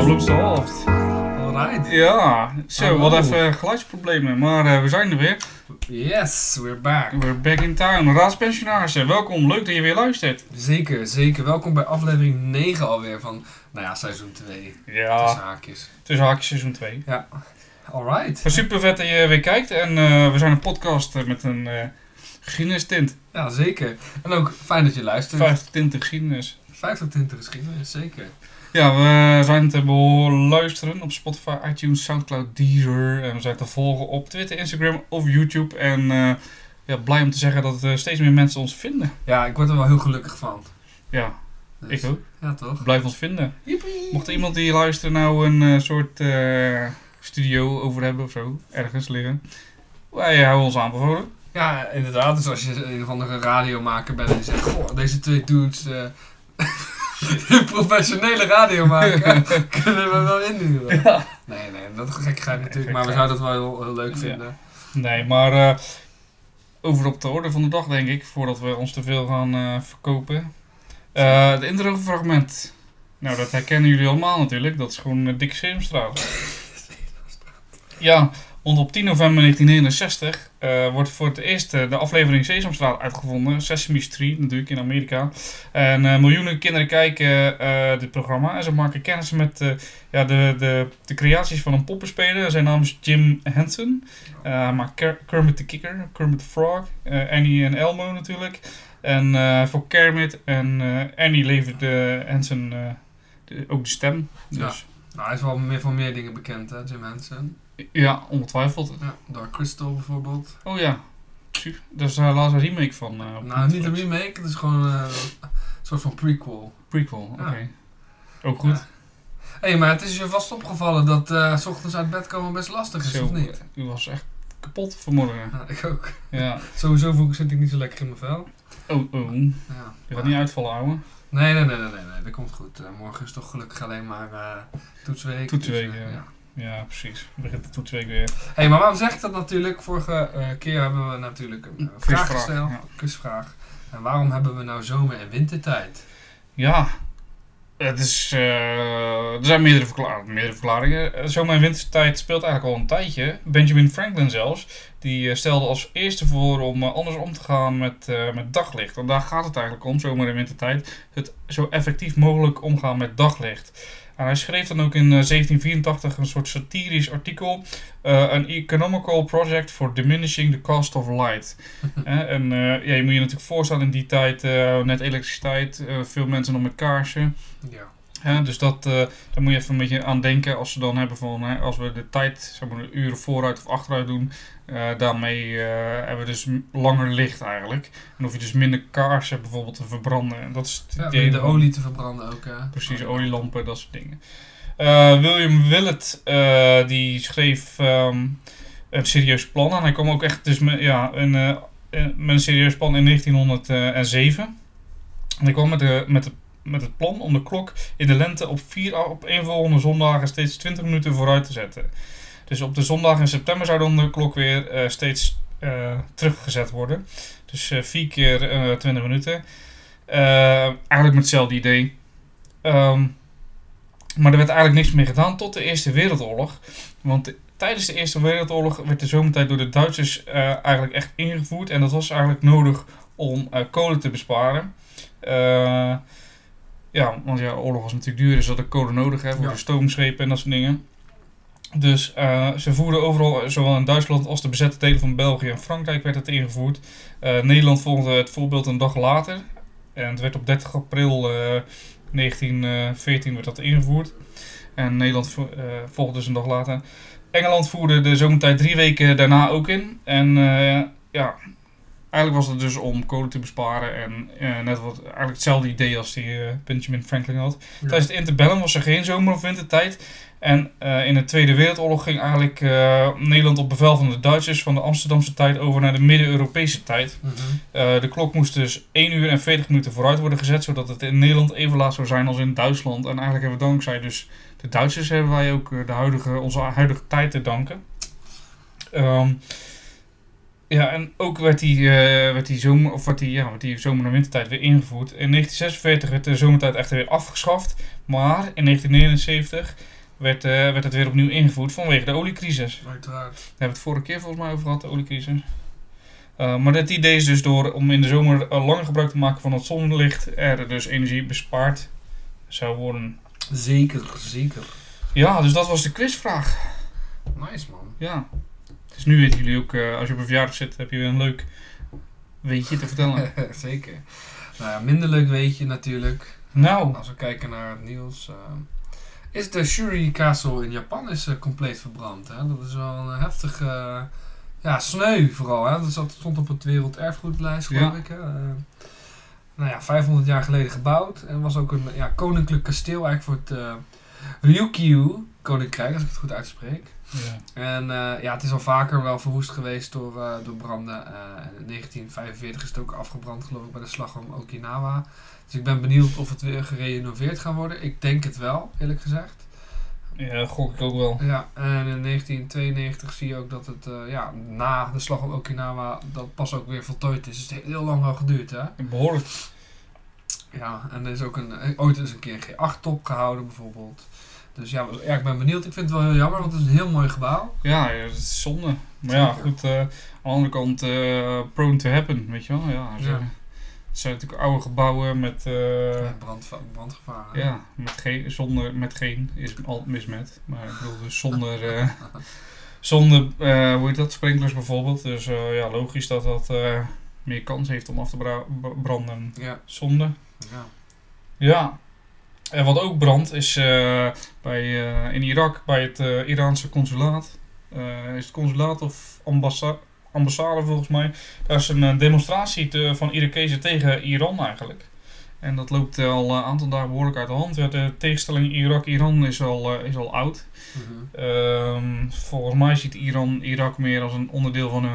Problem solved. Alright. Ja, zo, Hallo. wat even geluidsproblemen, maar we zijn er weer. Yes, we're back. We're back in town. Raadspensionarissen, welkom, leuk dat je weer luistert. Zeker, zeker. Welkom bij aflevering 9 alweer van, seizoen 2. Ja, Tussen haakjes. tussen haakjes seizoen 2. Ja, alright. Super vet dat je weer kijkt en we zijn een podcast met een geschiedenistint. Ja, zeker. En ook fijn dat je luistert. 50 tinten geschiedenis. 50 tinten geschiedenis, zeker. Ja, we zijn te beluisteren op Spotify, iTunes, Soundcloud, Deezer. En we zijn te volgen op Twitter, Instagram of YouTube. En blij om te zeggen dat steeds meer mensen ons vinden. Ja, ik word er wel heel gelukkig van. Ja, Dus, ik ook. Ja, toch? Blijf ons vinden. Jippie. Mocht er iemand die luistert nou een soort studio over hebben of zo, ergens liggen. Wij houden ons aanbevolen. Ja, inderdaad. Dus als je een of andere radiomaker bent en je zegt, goh, deze twee dudes professionele radio maken, kunnen we wel inhuren. Ja. Nee, dat is gekkigheid natuurlijk, maar we Gekkigheid. zouden het wel heel leuk vinden. Nee, maar over op de orde van de dag denk ik, voordat we ons te veel gaan verkopen. Het intro-fragment. Nou, dat herkennen jullie allemaal natuurlijk. Dat is gewoon Dikke Sesamstraat. Ja, want op 10 november 1969 wordt voor het eerst de aflevering Sesamstraat uitgevonden. Sesame Street natuurlijk in Amerika. En miljoenen kinderen kijken dit programma. En ze maken kennis met de creaties van een poppenspeler. Zijn naam is Jim Henson. Hij maakt Kermit the Kicker, Kermit the Frog, Annie en Elmo natuurlijk. En voor Kermit en Annie leverde Henson ook de stem. Dus. Nou, hij is wel meer van meer dingen bekend, hè, Jim Henson. Ja, ongetwijfeld. Ja, Dark Crystal bijvoorbeeld. Oh ja, super. Daar is laatst een remake van. Nou, niet een remake, het is gewoon een soort van prequel. Prequel, oké. Ja. Ook goed. Ja. Hé, maar het is je vast opgevallen dat 's ochtends uit bed komen best lastig is, Zo, of niet? U was echt kapot vanmorgen. Ja, ik ook. Ja. Sowieso zit ik niet zo lekker in mijn vel. Oh. Ja. Je gaat niet uitvallen, ouwe. Nee, dat komt goed. Morgen is toch gelukkig alleen maar toetsweek. Toetsweek, dus, ja. Ja, precies. Begint de toetsweek weer. Hé, maar waarom zeg ik dat natuurlijk? Vorige keer hebben we natuurlijk een vraag Quizvraag, gesteld. ja. Quizvraag. En waarom hebben we nou zomer- en wintertijd? Ja. Het is, er zijn meerdere verklaringen. Zomer- en wintertijd speelt eigenlijk al een tijdje. Benjamin Franklin zelfs. Die stelde als eerste voor om anders om te gaan met daglicht. Want daar gaat het eigenlijk om, zomer- en wintertijd. Het zo effectief mogelijk omgaan met daglicht. En hij schreef dan ook in 1784 een soort satirisch artikel. An economical project for diminishing the cost of light. Je moet je natuurlijk voorstellen in die tijd, net elektriciteit, veel mensen nog met kaarsen. Ja. Dus daar moet je even een beetje aan denken als ze dan hebben van, als we de tijd, zeg maar, uren vooruit of achteruit doen, daarmee hebben we dus langer licht eigenlijk. En hoef je dus minder kaarsen bijvoorbeeld te verbranden. En dat is het idee de van- olie te verbranden ook, hè? Precies, olielampen, dat soort dingen. William Willett, die schreef een serieus plan. En hij kwam ook echt dus met een serieus plan in 1907. En hij kwam met het plan om de klok in de lente op 4 opeenvolgende zondagen steeds 20 minuten vooruit te zetten. Dus op de zondag in september zou dan de klok weer steeds teruggezet worden. Dus 4 keer 20 minuten. Eigenlijk met hetzelfde idee. Maar er werd eigenlijk niks meer gedaan tot de Eerste Wereldoorlog. Want tijdens de Eerste Wereldoorlog werd de zomertijd door de Duitsers eigenlijk echt ingevoerd. En dat was eigenlijk nodig om kolen te besparen. Want oorlog was natuurlijk duur, dus ze hadden kolen nodig voor de stoomschepen en dat soort dingen. Dus ze voerden overal, zowel in Duitsland als de bezette delen van België en Frankrijk werd het ingevoerd. Nederland volgde het voorbeeld een dag later. En het werd op 30 april 1914 werd dat ingevoerd. En Nederland volgde dus een dag later. Engeland voerde de zomertijd 3 weken daarna ook in. En eigenlijk was het dus om kolen te besparen. En eigenlijk hetzelfde idee als die Benjamin Franklin had. Ja. Tijdens het interbellum was er geen zomer- of wintertijd. En in de Tweede Wereldoorlog ging eigenlijk Nederland op bevel van de Duitsers van de Amsterdamse tijd over naar de Midden-Europese tijd. Mhm. De klok moest dus 1 uur en 40 minuten vooruit worden gezet, zodat het in Nederland even laat zou zijn als in Duitsland. En eigenlijk hebben we dankzij dus de Duitsers hebben wij ook onze huidige tijd te danken. Ja, en ook werd die zomer- en wintertijd weer ingevoerd. In 1946 werd de zomertijd echter weer afgeschaft. Maar in 1979 werd het weer opnieuw ingevoerd vanwege de oliecrisis. Uiteraard. Daar hebben we het vorige keer volgens mij over gehad, de oliecrisis. Maar het idee is dus door om in de zomer langer gebruik te maken van het zonlicht, er dus energie bespaard zou worden. Zeker, zeker. Ja, dus dat was de quizvraag. Nice, man. Ja. Dus nu weten jullie ook, als je op een verjaardag zit, heb je weer een leuk weetje te vertellen. Zeker. Nou ja, minder leuk weetje natuurlijk. Nou. Als we kijken naar het nieuws. Is de Shuri Castle in Japan compleet verbrand. Hè? Dat is wel een heftige... sneu vooral. Hè? Dat stond op het werelderfgoedlijst, geloof ik. Hè? Nou ja, 500 jaar geleden gebouwd. En was ook een koninklijk kasteel eigenlijk voor het Ryukyu koninkrijk, als ik het goed uitspreek. Ja. En het is al vaker wel verwoest geweest door branden. En in 1945 is het ook afgebrand, geloof ik, bij de slag om Okinawa. Dus ik ben benieuwd of het weer gerenoveerd gaat worden. Ik denk het wel, eerlijk gezegd. Ja, dat gok ik ook wel. Ja, en in 1992 zie je ook dat het na de slag om Okinawa dat pas ook weer voltooid is. Dus het heeft heel lang al geduurd, hè? Behoorlijk. Ja, en er is ook ooit eens een keer een G8-top gehouden, bijvoorbeeld. Dus ja, ik ben benieuwd. Ik vind het wel heel jammer, want het is een heel mooi gebouw. Ja, dat is zonde. Maar ja, goed, aan de andere kant, prone to happen, weet je wel. Ja, het zijn natuurlijk oude gebouwen met... brandgevaar. Hè? Ja, met geen is altijd mis met. Maar ik bedoel dus zonder hoe heet dat, sprinklers bijvoorbeeld. Dus logisch dat dat meer kans heeft om af te branden. Ja. Zonde. Ja. Ja. En wat ook brandt is in Irak bij het Iraanse consulaat. Is het consulaat of ambassade volgens mij. Daar is een demonstratie van Irakezen tegen Iran eigenlijk. En dat loopt al een aantal dagen behoorlijk uit de hand. De tegenstelling Irak-Iran is al oud. Mm-hmm. Volgens mij ziet Irak meer als een onderdeel van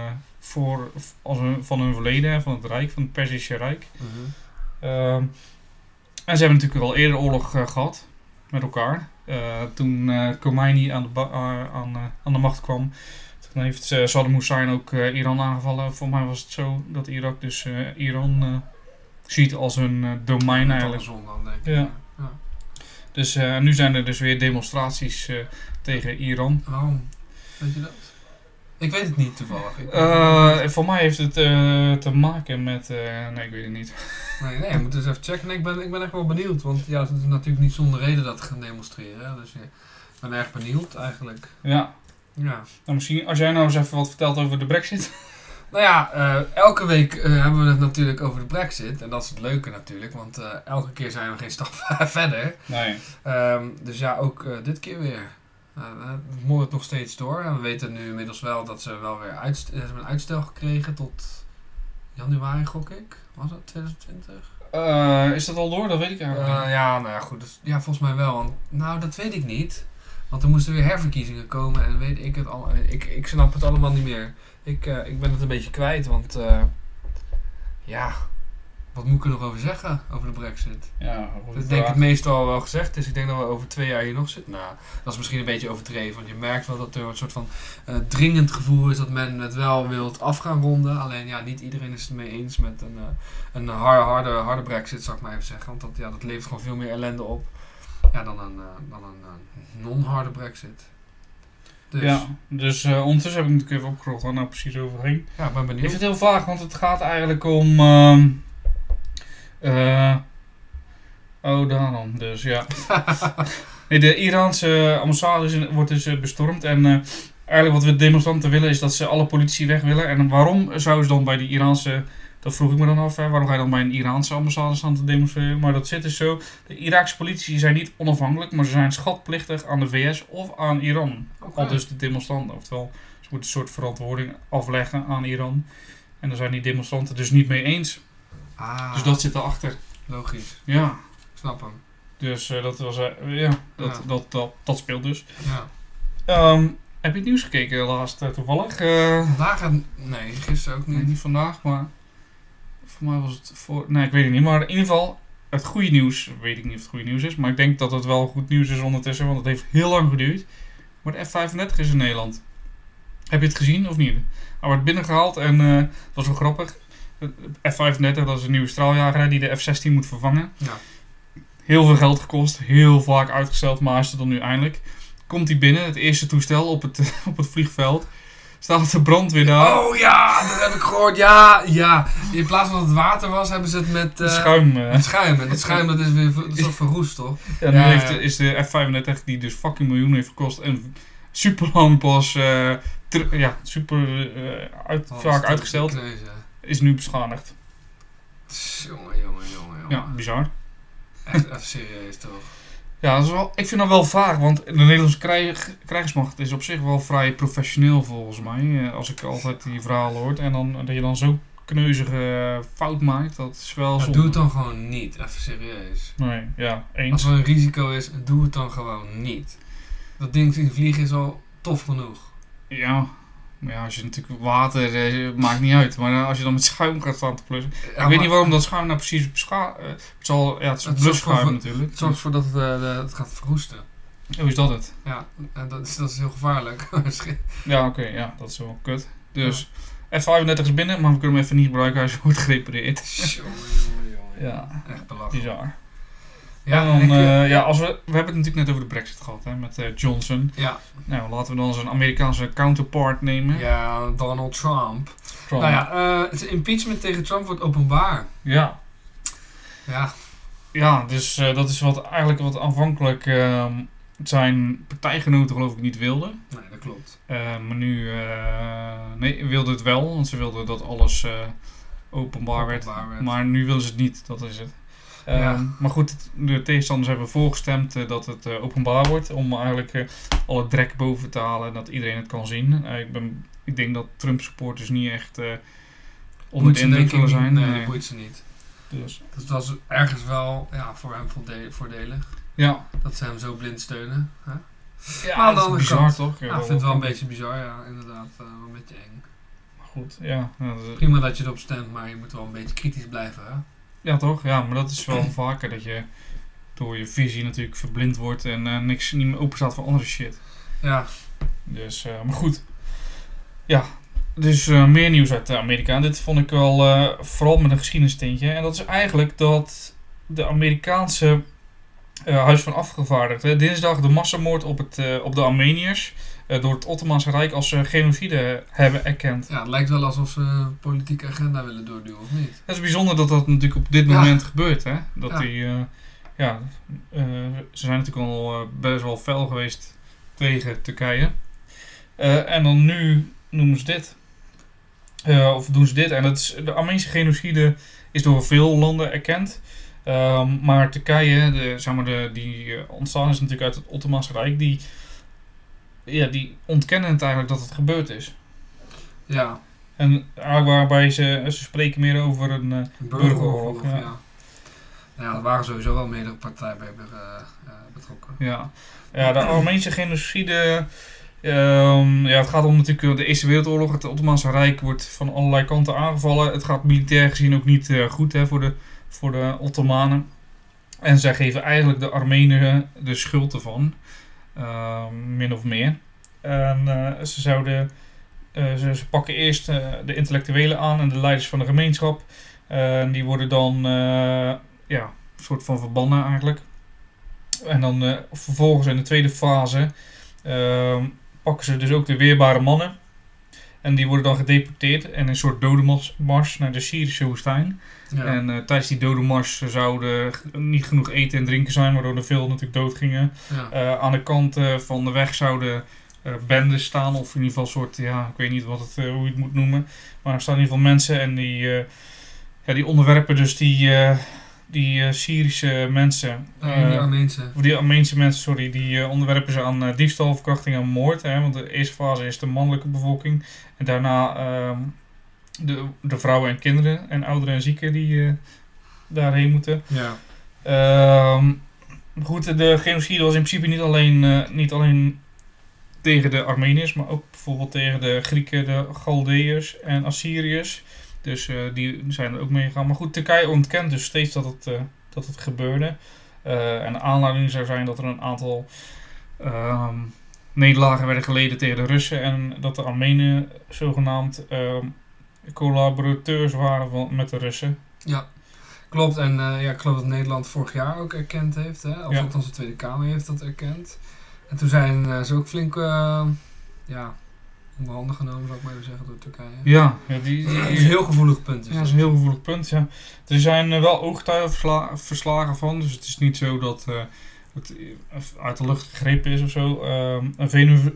hun verleden, van het Rijk, van het Perzische Rijk. Mm-hmm. En ze hebben natuurlijk al eerder oorlog gehad met elkaar. Toen Khomeini aan de macht kwam, toen heeft Saddam Hussein ook Iran aangevallen. Voor mij was het zo dat Irak dus Iran ziet als hun domein eigenlijk. Dan, denk ik. Ja. Ja. Dus nu zijn er dus weer demonstraties tegen Iran. Waarom? Weet je dat? Ik weet het niet toevallig. Voor mij heeft het te maken met... nee, ik weet het niet. Nee, je moet dus even checken. Nee, ik ben echt wel benieuwd. Want ja, het is natuurlijk niet zonder reden dat ze gaan demonstreren. Dus ik ben erg benieuwd eigenlijk. Ja. Nou, misschien als jij nou eens even wat vertelt over de Brexit. Nou ja, elke week hebben we het natuurlijk over de Brexit. En dat is het leuke natuurlijk. Want elke keer zijn we geen stap verder. Nee. Dus ja, ook dit keer weer. Het moordert nog steeds door. En we weten nu inmiddels wel dat ze wel weer een uitstel gekregen tot januari, gok ik. Was dat 2020? Is dat al door? Dat weet ik eigenlijk niet. Ja, nou ja, goed. Dus, ja, volgens mij wel. Want, nou, dat weet ik niet. Want er moesten weer herverkiezingen komen en weet ik het al. Ik snap het allemaal niet meer. Ik ben het een beetje kwijt, want wat moet ik er nog over zeggen over de Brexit? Ja, ik denk het meestal wel gezegd. Dus ik denk dat we over 2 jaar hier nog zitten. Nou, dat is misschien een beetje overdreven. Want je merkt wel dat er een soort van dringend gevoel is dat men het wel wilt af gaan ronden. Alleen ja, niet iedereen is het mee eens met een harde Brexit, zou ik maar even zeggen. Want dat levert gewoon veel meer ellende op dan een non-harde Brexit. Dus. Ja, dus ondertussen heb ik natuurlijk even opgezocht waar nou precies over ging. Ja, ik ben benieuwd. Ik vind het heel vaag, want het gaat eigenlijk om... daarom. Dus ja. Nee, de Iraanse ambassade wordt dus bestormd. En eigenlijk wat de demonstranten willen is dat ze alle politie weg willen. En waarom zouden ze dan bij die Iraanse... Dat vroeg ik me dan af. Hè, waarom ga je dan bij een Iraanse ambassade staan te demonstreren? Maar dat zit dus zo. De Iraakse politici zijn niet onafhankelijk. Maar ze zijn schatplichtig aan de VS of aan Iran. Okay. Al dus de demonstranten. Oftewel, ze moeten een soort verantwoording afleggen aan Iran. En daar zijn die demonstranten dus niet mee eens. Dus dat zit erachter. Logisch. Ja. Ik snap hem. Dus dat was... dat speelt dus. Ja. Heb je het nieuws gekeken laatst toevallig? Vandaag? Nee, gisteren ook niet. Nee, niet vandaag, maar... Voor mij was het nee, ik weet het niet. Maar in ieder geval, het goede nieuws... Weet ik niet of het goede nieuws is. Maar ik denk dat het wel goed nieuws is ondertussen. Want het heeft heel lang geduurd. Maar de F-35 is in Nederland. Heb je het gezien of niet? Hij wordt binnengehaald en dat was wel grappig. F-35, dat is een nieuwe straaljager die de F-16 moet vervangen. Ja. Heel veel geld gekost, heel vaak uitgesteld, maar hij is er dan nu eindelijk. Komt hij binnen, het eerste toestel op het vliegveld. Staat de brandweer daar. Oh ja, dat heb ik gehoord. Ja. In plaats van dat het water was, hebben ze het met Schuim. met schuim. En dat schuim dat is weer toch verroest, toch? Ja, nu is de F-35, die dus fucking miljoen heeft gekost, en super lang pas vaak uitgesteld, is nu beschadigd. Jongen. Ja, bizar. Echt even serieus, toch? Ja, dat is wel, ik vind dat wel vaag, want de Nederlandse krijgsmacht is op zich wel vrij professioneel volgens mij. Als ik altijd die verhalen hoor. En dan, dat je dan zo'n kneuzige fout maakt, dat is wel zonde. Doe het dan gewoon niet, even serieus. Nee, ja, eens. Als er een risico is, doe het dan gewoon niet. Dat ding zien vliegen is al tof genoeg. Ja, maar ja, als je natuurlijk water, maakt niet uit. Maar als je dan met schuim gaat staan te plussen. Ja, ik weet niet waarom dat schuim nou precies het is een blusschuim natuurlijk. Het zorgt ervoor dat het gaat verroesten. Hoe is dat het? Ja, en dat is heel gevaarlijk. Ja, oké, ja, dat is wel kut. Dus F-35 is binnen, maar we kunnen hem even niet gebruiken als hij wordt gerepareerd. Jongen. Ja, echt belachelijk. Bizar. Ja, en dan, als we hebben het natuurlijk net over de Brexit gehad, hè, met Johnson. Ja. Nou, laten we dan zijn Amerikaanse counterpart nemen. Ja, Donald Trump. Nou ja, het impeachment tegen Trump wordt openbaar. Ja. Ja. Ja, dus dat is eigenlijk wat aanvankelijk zijn partijgenoten geloof ik niet wilden. Nee, dat klopt. Maar nu wilden het wel, want ze wilden dat alles openbaar werd. Maar nu willen ze het niet, dat is het. Maar goed, de tegenstanders hebben voorgestemd dat het openbaar wordt. Om eigenlijk alle drek boven te halen en dat iedereen het kan zien. Ik denk dat Trump supporters niet echt onder de indruk zullen zijn. Nee, dat boeit ze niet. Dus dat is ergens wel voor hem voordelig. Ja. Dat ze hem zo blind steunen. Hè? Ja, maar dat is bizar kant, toch? Ja, ik vind het wel een beetje bizar, ja, inderdaad. Een beetje eng. Maar goed, ja. Prima dat je erop stemt, maar je moet wel een beetje kritisch blijven, hè? Ja, toch? Ja, maar dat is wel vaker dat je door je visie natuurlijk verblind wordt en niks niet meer open staat voor andere shit. Ja. Dus, maar goed. Ja, dus meer nieuws uit Amerika. Dit vond ik wel vooral met een geschiedenistintje. En dat is eigenlijk dat de Amerikaanse Huis van Afgevaardigden dinsdag de massamoord op de Armeniërs door het Ottomaanse Rijk als genocide hebben erkend. Ja, het lijkt wel alsof ze een politieke agenda willen doorduwen, of niet? Het is bijzonder dat dat natuurlijk op dit moment gebeurt. Hè? Dat ze zijn natuurlijk al best wel fel geweest tegen Turkije. En dan nu noemen ze dit. Of doen ze dit. En dat is, de Armeense genocide is door veel landen erkend. Maar Turkije, die ontstaan is natuurlijk uit het Ottomaanse Rijk, die ontkennen het eigenlijk dat het gebeurd is. Ja. En waarbij ze spreken meer over een burgeroorlog. Ja, er waren sowieso wel meerdere partijen bij betrokken. Ja, de Armeense genocide. Het gaat om natuurlijk de Eerste Wereldoorlog. Het Ottomaanse Rijk wordt van allerlei kanten aangevallen. Het gaat militair gezien ook niet goed voor de Ottomanen. En zij geven eigenlijk de Armenen de schuld ervan. Min of meer. En ze pakken eerst de intellectuelen aan en de leiders van de gemeenschap. Die worden dan een soort van verbannen eigenlijk. En dan vervolgens in de tweede fase pakken ze dus ook de weerbare mannen. En die worden dan gedeporteerd en een soort dodenmars naar de Syrische woestijn. Ja. En tijdens die dodenmars zou er niet genoeg eten en drinken zijn, waardoor er veel natuurlijk dood gingen. Ja. Aan de kant van de weg zouden bendes staan, of in ieder geval een soort, ik weet niet hoe je het moet noemen. Maar er staan in ieder geval mensen en die onderwerpen dus die Syrische mensen. Die Armeense mensen, die onderwerpen ze aan diefstal, verkrachting en moord. Want de eerste fase is de mannelijke bevolking. En daarna de vrouwen en kinderen en ouderen en zieken die daarheen moeten. Ja. Goed, de genocide was in principe niet alleen tegen de Armeniërs, maar ook bijvoorbeeld tegen de Grieken, de Galdeërs en Assyriërs. Dus die zijn er ook mee gegaan. Maar goed, Turkije ontkent dus steeds dat het gebeurde. En de aanleiding zou zijn dat er een aantal nederlagen werden geleden tegen de Russen en dat de Armenen zogenaamd collaborateurs waren met de Russen. Ja, klopt. En ik geloof dat Nederland vorig jaar ook erkend heeft. Hè? Of althans de Tweede Kamer heeft dat erkend. En toen zijn ze ook flink onder handen genomen, zou ik maar even zeggen, door Turkije. Ja, dat is een heel gevoelig punt. Ja, dat is een heel gevoelig punt, ja. Er zijn wel ooggetuigenverslagen van, dus het is niet zo dat het uit de lucht gegrepen is of zo. Een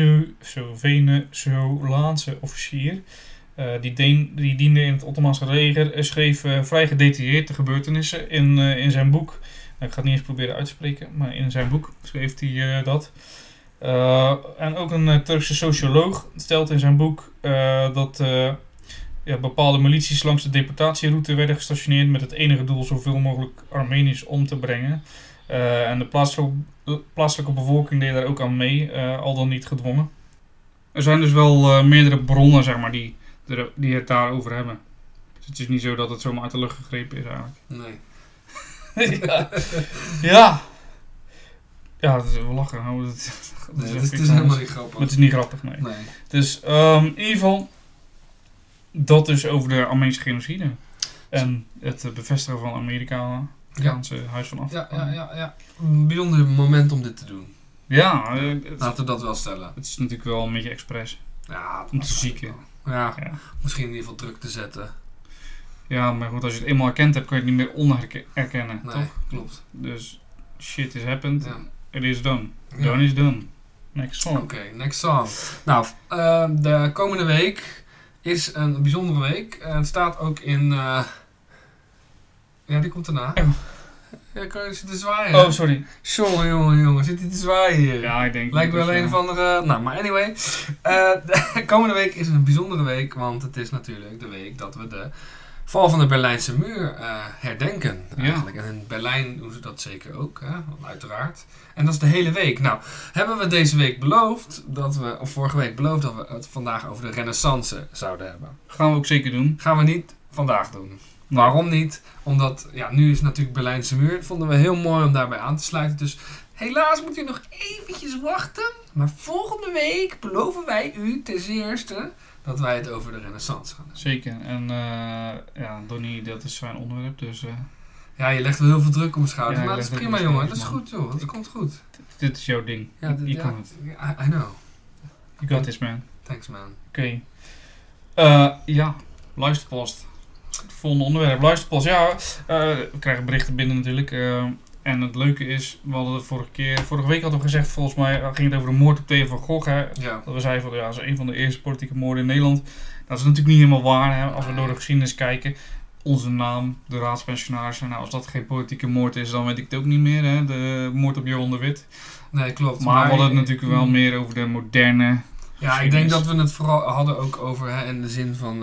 Venezolaanse officier, die diende in het Ottomaanse leger, schreef vrij gedetailleerd de gebeurtenissen in zijn boek. Ik ga het niet eens proberen uit te spreken, maar in zijn boek schreef hij dat. En ook een Turkse socioloog stelt in zijn boek dat bepaalde milities langs de deportatieroute werden gestationeerd met het enige doel zoveel mogelijk Armeniërs om te brengen. En de plaatselijke bevolking deed daar ook aan mee, al dan niet gedwongen. Er zijn dus wel meerdere bronnen, zeg maar, die het daarover hebben. Dus het is niet zo dat het zomaar uit de lucht gegrepen is eigenlijk. Nee. Ja. Ja, dat is wel lachen. Nou, het is helemaal niet grappig. Het is niet grappig, nee. Dus in ieder geval, dat dus over de Armeense genocide. En het bevestigen van Amerikaanse Huis van Afgevaardigden. Ja. Een bijzonder moment om dit te doen. Ja. Laten we dat wel stellen. Het is natuurlijk wel een beetje expres. Ja, om te zieken. Ja, misschien in ieder geval druk te zetten. Ja, maar goed, als je het eenmaal erkend hebt, kan je het niet meer onerkennen. Nee, toch? Klopt. Dus shit is happened. Ja. It is done. Done is done. Next song. Oké, next song. Nou, de komende week is een bijzondere week. Het staat ook in... Ja, die komt daarna. Oh. Ja, kan je zitten zwaaien? Oh, sorry. Jongen, zit hij te zwaaien hier? Ja, ik denk... Lijkt wel een of andere... Nou, maar anyway. De komende week is een bijzondere week, want het is natuurlijk de week dat we de val van de Berlijnse muur herdenken. Eigenlijk. En in Berlijn doen ze dat zeker ook, hè? Uiteraard. En dat is de hele week. Nou, hebben we deze week beloofd, of vorige week beloofd, dat we het vandaag over de Renaissance zouden hebben. Gaan we ook zeker doen. Gaan we niet vandaag doen. Waarom niet? Omdat, nu is natuurlijk Berlijnse muur. Dat vonden we heel mooi om daarbij aan te sluiten. Dus helaas moet u nog eventjes wachten. Maar volgende week beloven wij u ten eerste dat wij het over de Renaissance gaan hebben. Zeker. En Donnie, dat is zijn onderwerp. Dus, ja, je legt wel heel veel druk op mijn schouders. Maar dat is prima, jongen. Dat is goed, joh. Dat komt goed. Dit is jouw ding. Ja, je kan het. I know. You got this, man. Thanks, man. Oké. Luisterpost. Het volgende onderwerp. Luisterpost. Ja, we krijgen berichten binnen natuurlijk. En het leuke is, we hadden vorige week hadden we gezegd, volgens mij ging het over de moord op Theo van Gogh. Hè? Ja. Dat we zeiden van, dat is een van de eerste politieke moorden in Nederland. Dat is natuurlijk niet helemaal waar, hè? Als we door de geschiedenis kijken. Onze naam, de raadspensionarissen. Nou, als dat geen politieke moord is, dan weet ik het ook niet meer. Hè? De moord op Johan de Wit. Nee, klopt. Maar we hadden het natuurlijk wel meer over de moderne. Ja, ik denk dat we het vooral hadden ook over, in de zin van...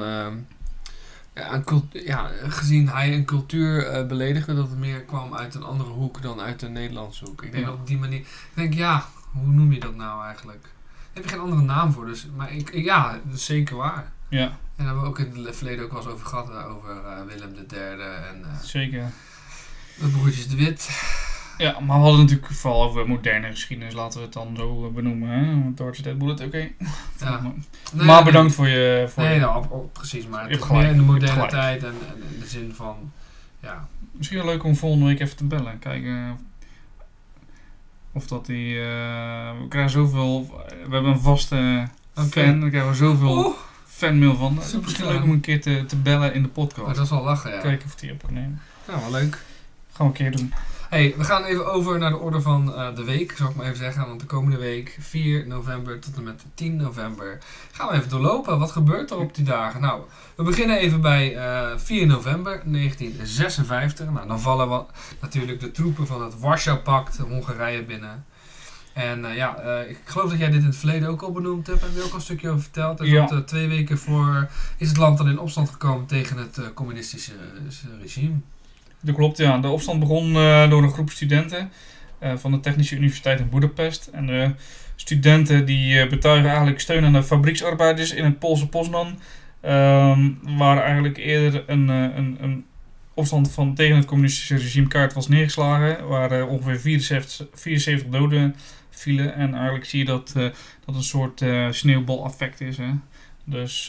gezien hij een cultuur beledigde, dat het meer kwam uit een andere hoek dan uit de Nederlandse hoek. Ik denk dat op die manier... Ik denk, hoe noem je dat nou eigenlijk? Daar heb je geen andere naam voor, dus... Maar dat is zeker waar. Ja. En daar hebben we ook in het verleden ook wel eens over gehad, over Willem III en... zeker. De broertjes de Wit. Ja, maar we hadden natuurlijk vooral over moderne geschiedenis, laten we het dan zo benoemen, hè? Dodge Dead Bullet, oké. Ja. Maar bedankt voor je... precies, maar het is meer in de moderne tijd en in de zin van, Misschien wel leuk om volgende week even te bellen, kijken of dat die... we krijgen zoveel... We hebben een vaste fan, daar krijgen we zoveel fanmail van. Het is misschien leuk om een keer te bellen in de podcast. Maar dat is wel lachen, ja. Kijken of die op kan nemen. Ja, wel leuk. Gaan we een keer doen. Hey, we gaan even over naar de orde van de week, zou ik maar even zeggen. Want de komende week, 4 november tot en met 10 november, gaan we even doorlopen. Wat gebeurt er op die dagen? Nou, we beginnen even bij 4 november 1956. Nou, dan vallen natuurlijk de troepen van het Warschau-pact Hongarije binnen. En ik geloof dat jij dit in het verleden ook al benoemd hebt. Heb je ook al een stukje over verteld. Dus dat 2 weken voor is het land dan in opstand gekomen tegen het communistische regime. Dat klopt, ja. De opstand begon door een groep studenten van de Technische Universiteit in Boedapest. En de studenten die betuigen eigenlijk steun aan de fabrieksarbeiders in het Poolse Poznan. Waar eigenlijk eerder een opstand tegen het communistische regime kaart was neergeslagen. Waar ongeveer 74 doden vielen. En eigenlijk zie je dat dat een soort sneeuwbaleffect is. Hè? Dus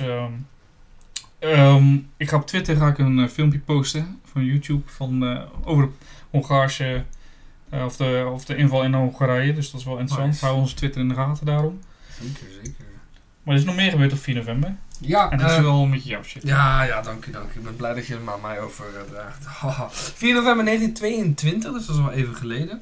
ik ga op Twitter een filmpje posten van YouTube over de Hongaarse of de inval in Hongarije. Dus dat is wel interessant. Nice. Hou onze Twitter in de gaten daarom. Zeker. Maar er is nog meer gebeurd op 4 november. Ja, En dat is wel een beetje jouw shit. Ja, dank u. Ik ben blij dat je het maar mij overdraagt. 4 november 1922, dus dat is wel even geleden.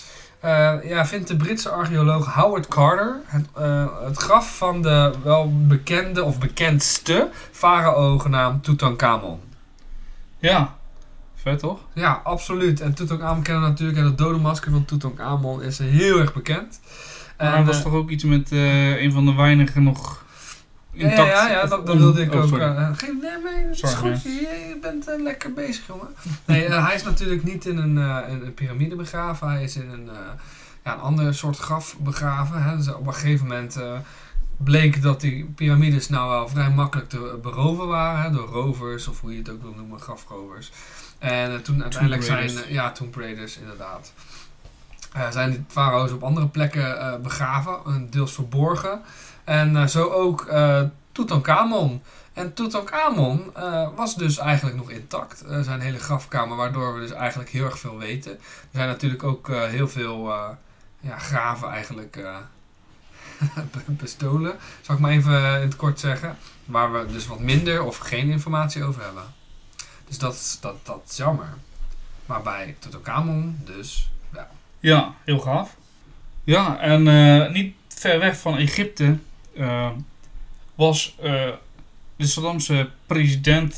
Vindt de Britse archeoloog Howard Carter het graf van de wel bekende of bekendste farao genaamd Tutankhamon. Ja, vet toch? Ja, absoluut. En Tutankhamon kennen we natuurlijk. En het dodenmasker van Tutankhamon is heel erg bekend. En dat was toch ook iets met een van de weinigen nog intact? Ja, dat wilde ik ook. Sorry. Nee, het is Sorry, goed. Je bent lekker bezig, jongen. Nee, hij is natuurlijk niet in een piramide begraven. Hij is in een ander soort graf begraven. Hè. Dus op een gegeven moment bleek dat die piramides nou wel vrij makkelijk te beroven waren. Hè, door rovers, of hoe je het ook wil noemen, grafrovers. En toen uiteindelijk zijn... Tomb Raiders, inderdaad. Zijn die farao's op andere plekken begraven, deels verborgen. En zo ook Tutankhamon. En Tutankhamon was dus eigenlijk nog intact. Zijn hele grafkamer, waardoor we dus eigenlijk heel erg veel weten. Er zijn natuurlijk ook heel veel graven eigenlijk bestolen. Zal ik maar even in het kort zeggen. Waar we dus wat minder of geen informatie over hebben. Dus dat is jammer. Maar bij Tutankhamon dus wel. Ja, heel gaaf. Ja, en niet ver weg van Egypte was de Saddamse president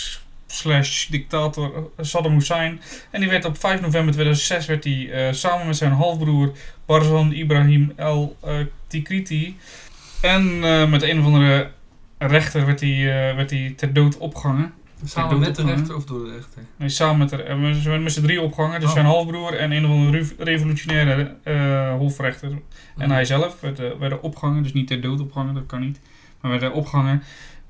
/ dictator Saddam Hussein. En die werd op 5 november 2006 werd hij, samen met zijn halfbroer Barzan Ibrahim El-Tikriti en met een of andere rechter werd hij ter dood opgehangen. Samen met de rechter of door de rechter? Nee, samen met ze werden met z'n 3 opgehangen. Dus zijn halfbroer en een of andere revolutionaire hofrechter. En hij zelf werden opgehangen. Dus niet ter dood opgehangen, dat kan niet. Maar werden opgehangen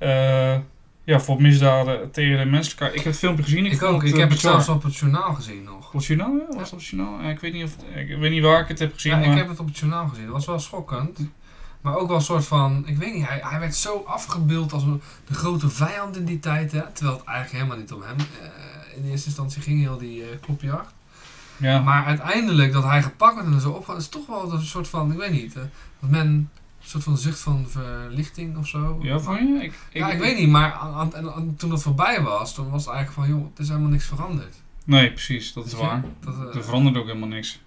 voor misdaden tegen de menselijkheid. Ik heb het filmpje gezien. Ik ook. Ik heb het zelfs op het journaal gezien nog. Op het journaal? Ja? Was het op het journaal? Ik weet niet waar ik het heb gezien. Ja, maar... ik heb het op het journaal gezien. Dat was wel schokkend. Maar ook wel een soort van... Ik weet niet, hij werd zo afgebeeld als de grote vijand in die tijd. Hè? Terwijl het eigenlijk helemaal niet om hem... in eerste instantie ging heel die klopjacht. Ja. Maar uiteindelijk dat hij gepakt werd en zo opgegaan... is toch wel een soort van... Ik weet niet. Dat men... Een soort van zucht van verlichting of zo. Ja, vond je? Ik weet niet. Maar toen dat voorbij was... Toen was het eigenlijk van... Joh, het is helemaal niks veranderd. Nee, precies. Dat is waar. Er verandert ook helemaal niks.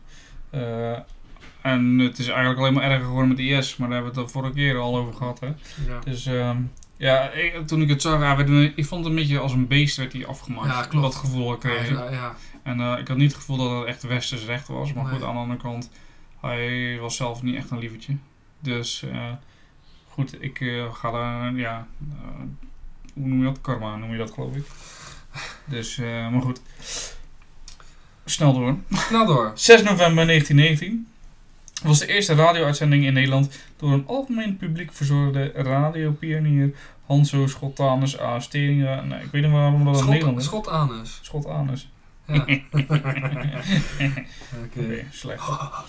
En het is eigenlijk alleen maar erger geworden met IS. Maar daar hebben we het de vorige keer al over gehad. Hè? Ja. Dus toen ik het zag, ik vond het een beetje als een beest werd hij afgemaakt. Ja, klopt. Dat gevoel kreeg ik. Ja. En ik had niet het gevoel dat het echt westers recht was. Maar Nee. goed, aan de andere kant, hij was zelf niet echt een lievertje. Dus goed, ik ga daar, hoe noem je dat? Karma noem je dat, geloof ik. Dus, maar goed. Snel door. 6 november 1919 was de eerste radio-uitzending in Nederland door een algemeen publiek verzorgde radiopionier Hanso Schotanus A. Steringa. Nee, ik weet niet waarom dat in Nederland is. Schotanus. Ja. Oké, slecht.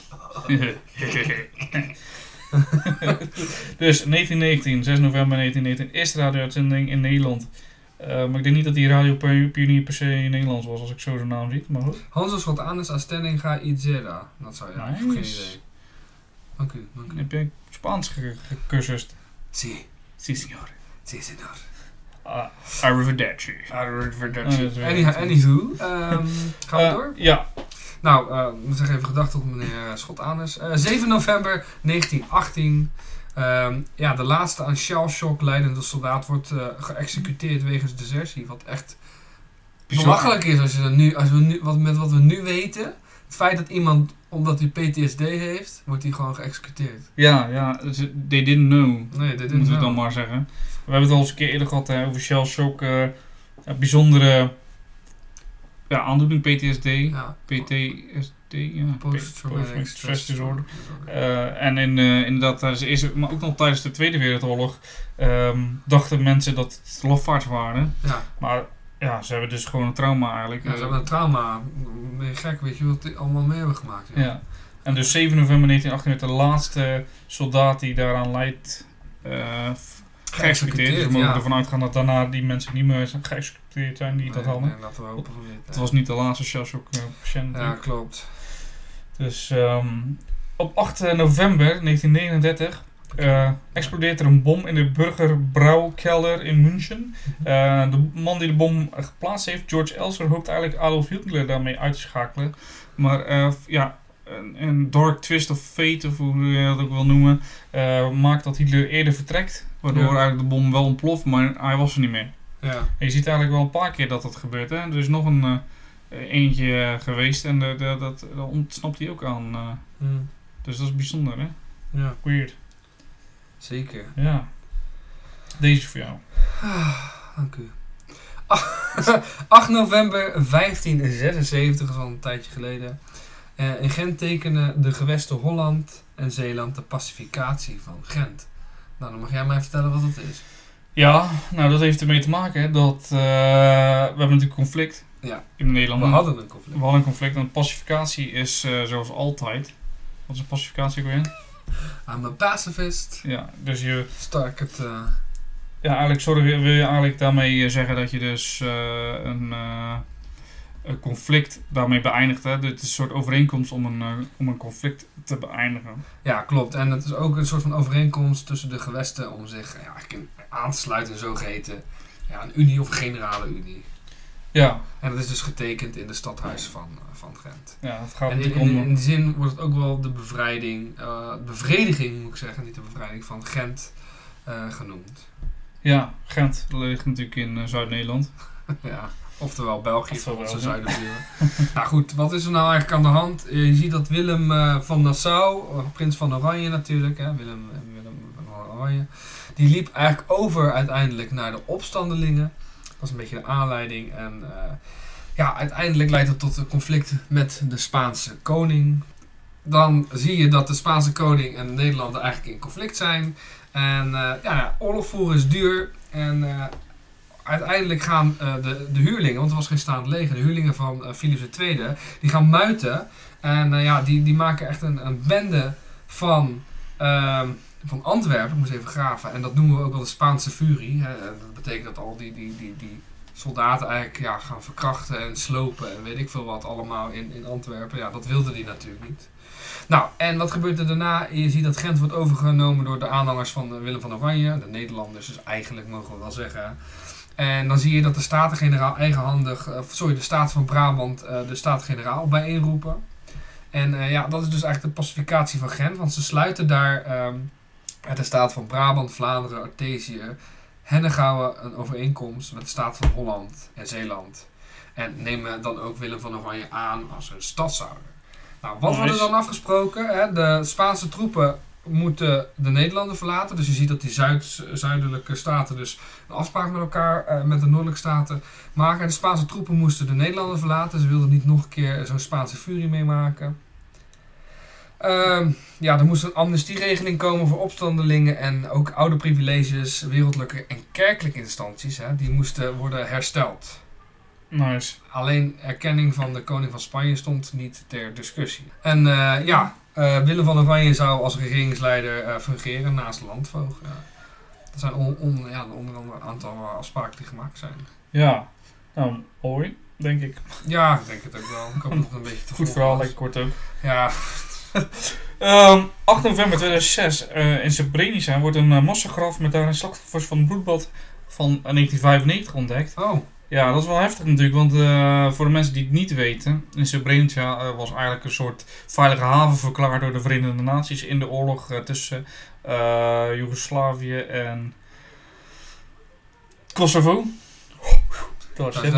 Dus 1919, 6 november 1919, eerste radio-uitzending in Nederland. Maar ik denk niet dat die radiopionier per se in Nederlands was, als ik zo zijn naam zie. Maar goed. Hanso Schotanus A. Steringa Izera. Dat zou je Nice. geen idee. Dank u. Heb jij Spaans gekursust? Sí, signor. senor. Arrivederci. Anywho, gaan we door? Ja. Nou, we zeggen even gedacht tot meneer Schotanus. 7 november 1918. De laatste aan shellshock leidende soldaat wordt geëxecuteerd wegens desertie. Wat echt belachelijk is wat we nu weten. Het feit dat iemand, omdat hij PTSD heeft, wordt hij gewoon geëxecuteerd. Ja, they didn't know. Nee, moeten we dan maar zeggen. We hebben het al eens een keer eerder gehad over shellshock. Bijzondere aandoening, PTSD. Ja. PTSD, ja. Post-traumatic stress disorder. En inderdaad tijdens de Eerste, maar ook nog tijdens de Tweede Wereldoorlog dachten mensen dat het lafaards waren. Ja. Maar ja, ze hebben dus gewoon een trauma eigenlijk. Ja, ze hebben een trauma. Ben je gek, weet je wat die allemaal mee hebben gemaakt? Ja. En dus 7 november 1938 de laatste soldaat die daaraan leidt geëxecuteerd. Dus we mogen ervan uitgaan dat daarna die mensen niet meer geëxecuteerd zijn die dat hadden. Nee, laten we hopen van niet. Het was niet de laatste Shellshock-patiënt. Ja, klopt. Dus op 8 november 1939 explodeert er een bom in de burgerbrouwkelder in München. De man die de bom geplaatst heeft, George Elser, hoopt eigenlijk Adolf Hitler daarmee uit te schakelen. Maar een dark twist of fate, of hoe je dat ook wil noemen, maakt dat Hitler eerder vertrekt. Waardoor eigenlijk de bom wel ontploft, maar hij was er niet meer. Ja. En je ziet eigenlijk wel een paar keer dat gebeurt. Hè? Er is nog een eentje geweest en daar ontsnapt hij ook aan. Dus dat is bijzonder, hè? Ja. Weird. Zeker. Ja. Deze is voor jou. Dank u. 8 november 1576, dat is al een tijdje geleden. In Gent tekenen de gewesten Holland en Zeeland de pacificatie van Gent. Nou, dan mag jij mij vertellen wat het is. Ja, nou dat heeft ermee te maken dat we hebben natuurlijk conflict in Nederland. We hadden een conflict. En pacificatie is zoals altijd. Wat is een pacificatie ook weer? I'm a pacifist. Ja, dus je... Start het... Ja, eigenlijk wil je eigenlijk daarmee zeggen dat je dus een conflict daarmee beëindigt. Hè? Dit is een soort overeenkomst om een conflict te beëindigen. Ja, klopt. En het is ook een soort van overeenkomst tussen de gewesten om zich aan te sluiten in zogeheten een unie of generale unie. Ja. En dat is dus getekend in de stadhuis van Gent. Ja, het gaat en in die zin wordt het ook wel de bevrediging moet ik zeggen, niet de bevrijding van Gent genoemd. Ja, Gent ligt natuurlijk in Zuid-Nederland. Ja, oftewel België voor onze zuidenburen. Nou goed, wat is er nou eigenlijk aan de hand? Je ziet dat Willem van Nassau, prins van Oranje natuurlijk, hè, Willem van Oranje, die liep eigenlijk over uiteindelijk naar de opstandelingen. Dat is een beetje de aanleiding. En uiteindelijk leidt het tot een conflict met de Spaanse koning. Dan zie je dat de Spaanse koning en de Nederlanden eigenlijk in conflict zijn. En oorlog voeren is duur. En uiteindelijk gaan de huurlingen, want er was geen staand leger, de huurlingen van Philips II, die gaan muiten. En die maken echt een bende van Antwerpen. Ik moest even graven. En dat noemen we ook wel de Spaanse furie. Hè. Dat betekent dat al die soldaten eigenlijk gaan verkrachten en slopen en weet ik veel wat allemaal in Antwerpen. Ja, dat wilden die natuurlijk niet. Nou, en wat gebeurt er daarna? Je ziet dat Gent wordt overgenomen door de aanhangers van Willem van Oranje. De Nederlanders, dus eigenlijk mogen we wel zeggen. En dan zie je dat de Staten-Generaal de Staten van Brabant de Staten-Generaal bijeenroepen. En dat is dus eigenlijk de pacificatie van Gent. Want ze sluiten daar de Staten van Brabant, Vlaanderen, Artesië, Henegouwen een overeenkomst met de Staten van Holland en Zeeland. En nemen dan ook Willem van Oranje aan als hun stadshouder. Nou, wat wordt er dan afgesproken? Hè? De Spaanse troepen moeten de Nederlanden verlaten. Dus je ziet dat die zuidelijke staten dus een afspraak met elkaar, met de noordelijke staten, maken. En de Spaanse troepen moesten de Nederlanden verlaten. Ze wilden niet nog een keer zo'n Spaanse furie meemaken. Er moest een amnestieregeling komen voor opstandelingen en ook oude privileges, wereldlijke en kerkelijke instanties, die moesten worden hersteld. Nice. Alleen erkenning van de koning van Spanje stond niet ter discussie. En Willem van Oranje zou als regeringsleider fungeren naast de landvoogd. Dat zijn onder andere een aantal afspraken die gemaakt zijn. Ja, nou mooi, denk ik. Ja, ik denk het ook wel. Ik hoop dat het een beetje te goed verhaal, lekker kort ook. Ja. 8 november 2006 in Srebrenica wordt een massagraf met daarin slachtoffers van het bloedbad van 1995 ontdekt. Oh. Ja, dat is wel heftig natuurlijk, want voor de mensen die het niet weten, in Srebrenica was eigenlijk een soort veilige haven verklaard door de Verenigde Naties in de oorlog tussen Joegoslavië en Kosovo. Dat is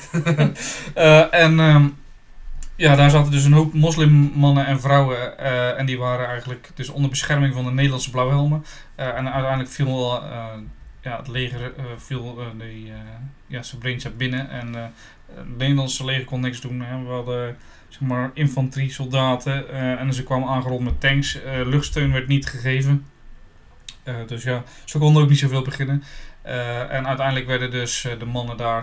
daar zaten dus een hoop moslimmannen en vrouwen en die waren eigenlijk dus onder bescherming van de Nederlandse blauwhelmen. En uiteindelijk viel het leger Srebrenica binnen en het Nederlandse leger kon niks doen. Hè. We hadden infanteriesoldaten en ze kwamen aangerold met tanks. Luchtsteun werd niet gegeven. Dus ze konden ook niet zoveel beginnen. En uiteindelijk werden dus de mannen daar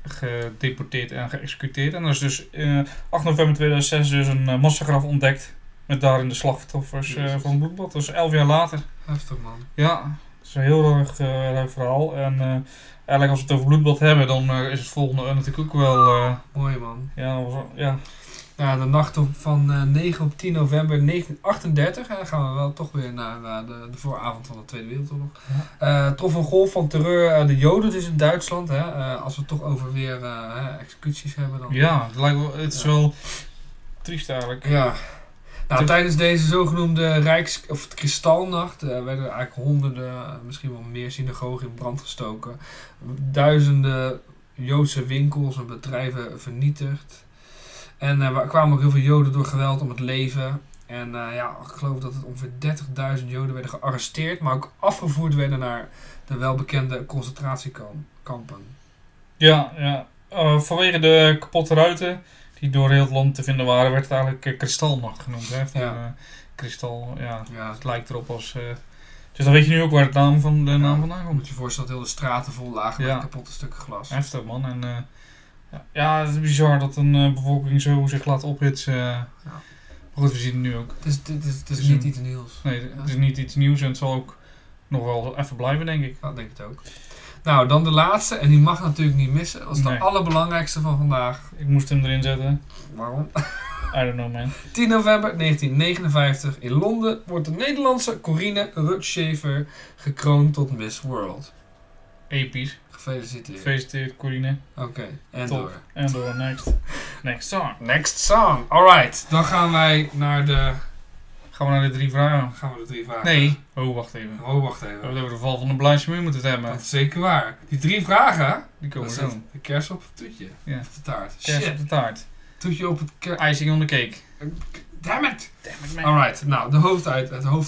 weggedeporteerd en geëxecuteerd. En er is dus 8 november 2006 dus een massagraf ontdekt Met daarin de slachtoffers Jezus. van het bloedbad. Dat is 11 jaar later. Heftig, man. Ja, het is een heel erg leuk verhaal. En eigenlijk als we het over bloedbad hebben, dan is het volgende natuurlijk ook wel... Mooi, man. ja, ja. Ja, de nacht van 9 op 10 november 1938, gaan we wel toch weer naar de vooravond van de Tweede Wereldoorlog. Trof een golf van terreur de Joden dus in Duitsland. Als we het toch over weer executies hebben. Dan, Ja, het is wel triest eigenlijk. Ja. Nou, tijdens deze zogenoemde Kristalnacht werden eigenlijk honderden, misschien wel meer synagogen in brand gestoken. Duizenden Joodse winkels en bedrijven vernietigd. En er kwamen ook heel veel Joden door geweld om het leven. En ik geloof dat het ongeveer 30.000 Joden werden gearresteerd, maar ook afgevoerd werden naar de welbekende concentratiekampen. Ja. Vanwege de kapotte ruiten die door heel het land te vinden waren, werd het eigenlijk Kristalnacht genoemd. Hè? Kristal, het lijkt erop als... Dus dan weet je nu ook waar de naam vandaan komt. Moet je voorstellen dat heel de straten vol lagen met kapotte stukken glas. Heftig, man. En het is bizar dat een bevolking zo zich laat ophitsen. Maar goed, we zien het nu ook. Het is niet iets nieuws. Nee, het is niet iets nieuws en het zal ook nog wel even blijven, denk ik. Ja, denk het ook. Nou, dan de laatste, en die mag natuurlijk niet missen. Dat is de allerbelangrijkste van vandaag. Ik moest hem erin zetten. Waarom? I don't know, man. 10 november 1959 in Londen wordt de Nederlandse Corine Rutschever gekroond tot Miss World. Episch. Gefeliciteerd, Corine. Oké, en top. door. En door, next song. Next song, alright. Dan gaan wij naar de... Gaan we naar de 3 vragen? Nee. wacht even. We hebben over de val van de Berlijnse muur moeten het hebben. Dat is zeker waar. Die 3 vragen, die komen zo. De kers op het toetje. Ja. Of de taart. Kers op de taart. Toetje op het icing on the cake. Damn it, man. Alright, nou, de hoofduit.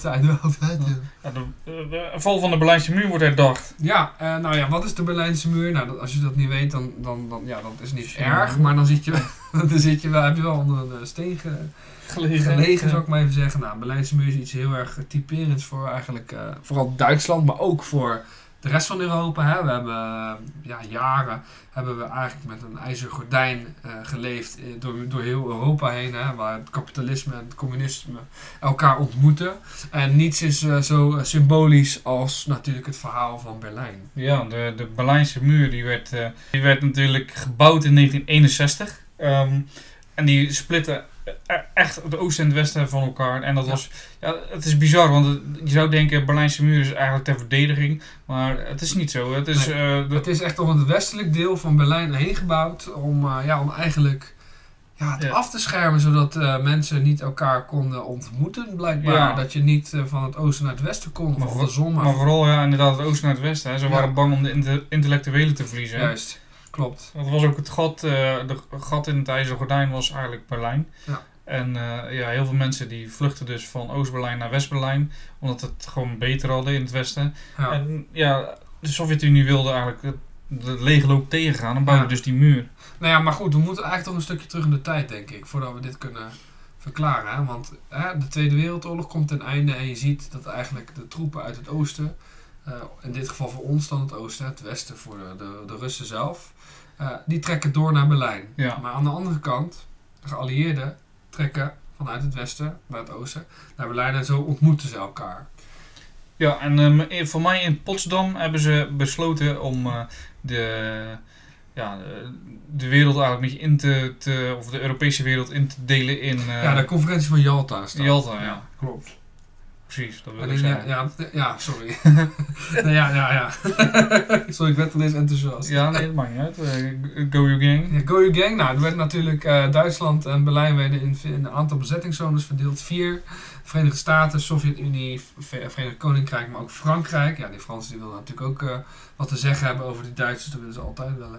Ja, de val van de Berlijnse muur wordt herdacht. Ja, wat is de Berlijnse muur? Nou, als je dat niet weet, dan dat is niet erg. Maar dan zit je wel, heb je wel onder een steen gelegen, zou ik maar even zeggen. Nou, de Berlijnse muur is iets heel erg typerends voor eigenlijk, vooral Duitsland, maar ook voor de rest van Europa. Hè. We hebben jaren hebben we eigenlijk met een ijzeren gordijn geleefd door heel Europa heen. Hè, waar het kapitalisme en het communisme elkaar ontmoeten. En niets is zo symbolisch als natuurlijk het verhaal van Berlijn. Ja, de Berlijnse muur die werd natuurlijk gebouwd in 1961. En die splitten echt het oosten en het westen van elkaar. En dat was... Ja, het is bizar, want je zou denken, Berlijnse muur is eigenlijk ter verdediging. Maar het is niet zo. Het is, het is echt om het westelijk deel van Berlijn heen gebouwd. Om eigenlijk het af te schermen, zodat mensen niet elkaar konden ontmoeten, blijkbaar. Ja. Dat je niet van het oosten naar het westen kon, of andersom. Maar vooral inderdaad het oosten naar het westen. Hè. Ze waren bang om de intellectuelen te verliezen. Juist. Klopt. Dat was ook het gat. De gat in het ijzeren gordijn was eigenlijk Berlijn. Ja. En heel veel mensen die vluchten dus van Oost-Berlijn naar West-Berlijn. Omdat het gewoon beter hadden in het westen. Ja. En de Sovjet-Unie wilde eigenlijk de leegloop tegengaan. En bouwde dus die muur. Nou ja, maar goed, we moeten eigenlijk toch een stukje terug in de tijd, denk ik. Voordat we dit kunnen verklaren. Hè? Want de Tweede Wereldoorlog komt ten einde. En je ziet dat eigenlijk de troepen uit het oosten... in dit geval voor ons dan het oosten, het westen voor de Russen zelf... die trekken door naar Berlijn. Ja. Maar aan de andere kant, de geallieerden trekken vanuit het westen naar het oosten, naar Berlijn en zo ontmoeten ze elkaar. Ja, en voor mij in Potsdam hebben ze besloten om de wereld eigenlijk een beetje of de Europese wereld in te delen in... de conferentie van Jalta staat. Jalta, ja. Klopt. Precies, dat wil ik zeggen. Ja, sorry. Ja. Sorry, ik werd ineens enthousiast. Ja, nee, dat maakt niet uit. Go your gang. Ja, go your gang. Nou, er werd natuurlijk Duitsland en Berlijn werden in een aantal bezettingszones verdeeld. 4. Verenigde Staten, Sovjet-Unie, Verenigd Koninkrijk, maar ook Frankrijk. Ja, die Fransen die wilden natuurlijk ook wat te zeggen hebben over die Duitsers. Dat willen ze altijd wel.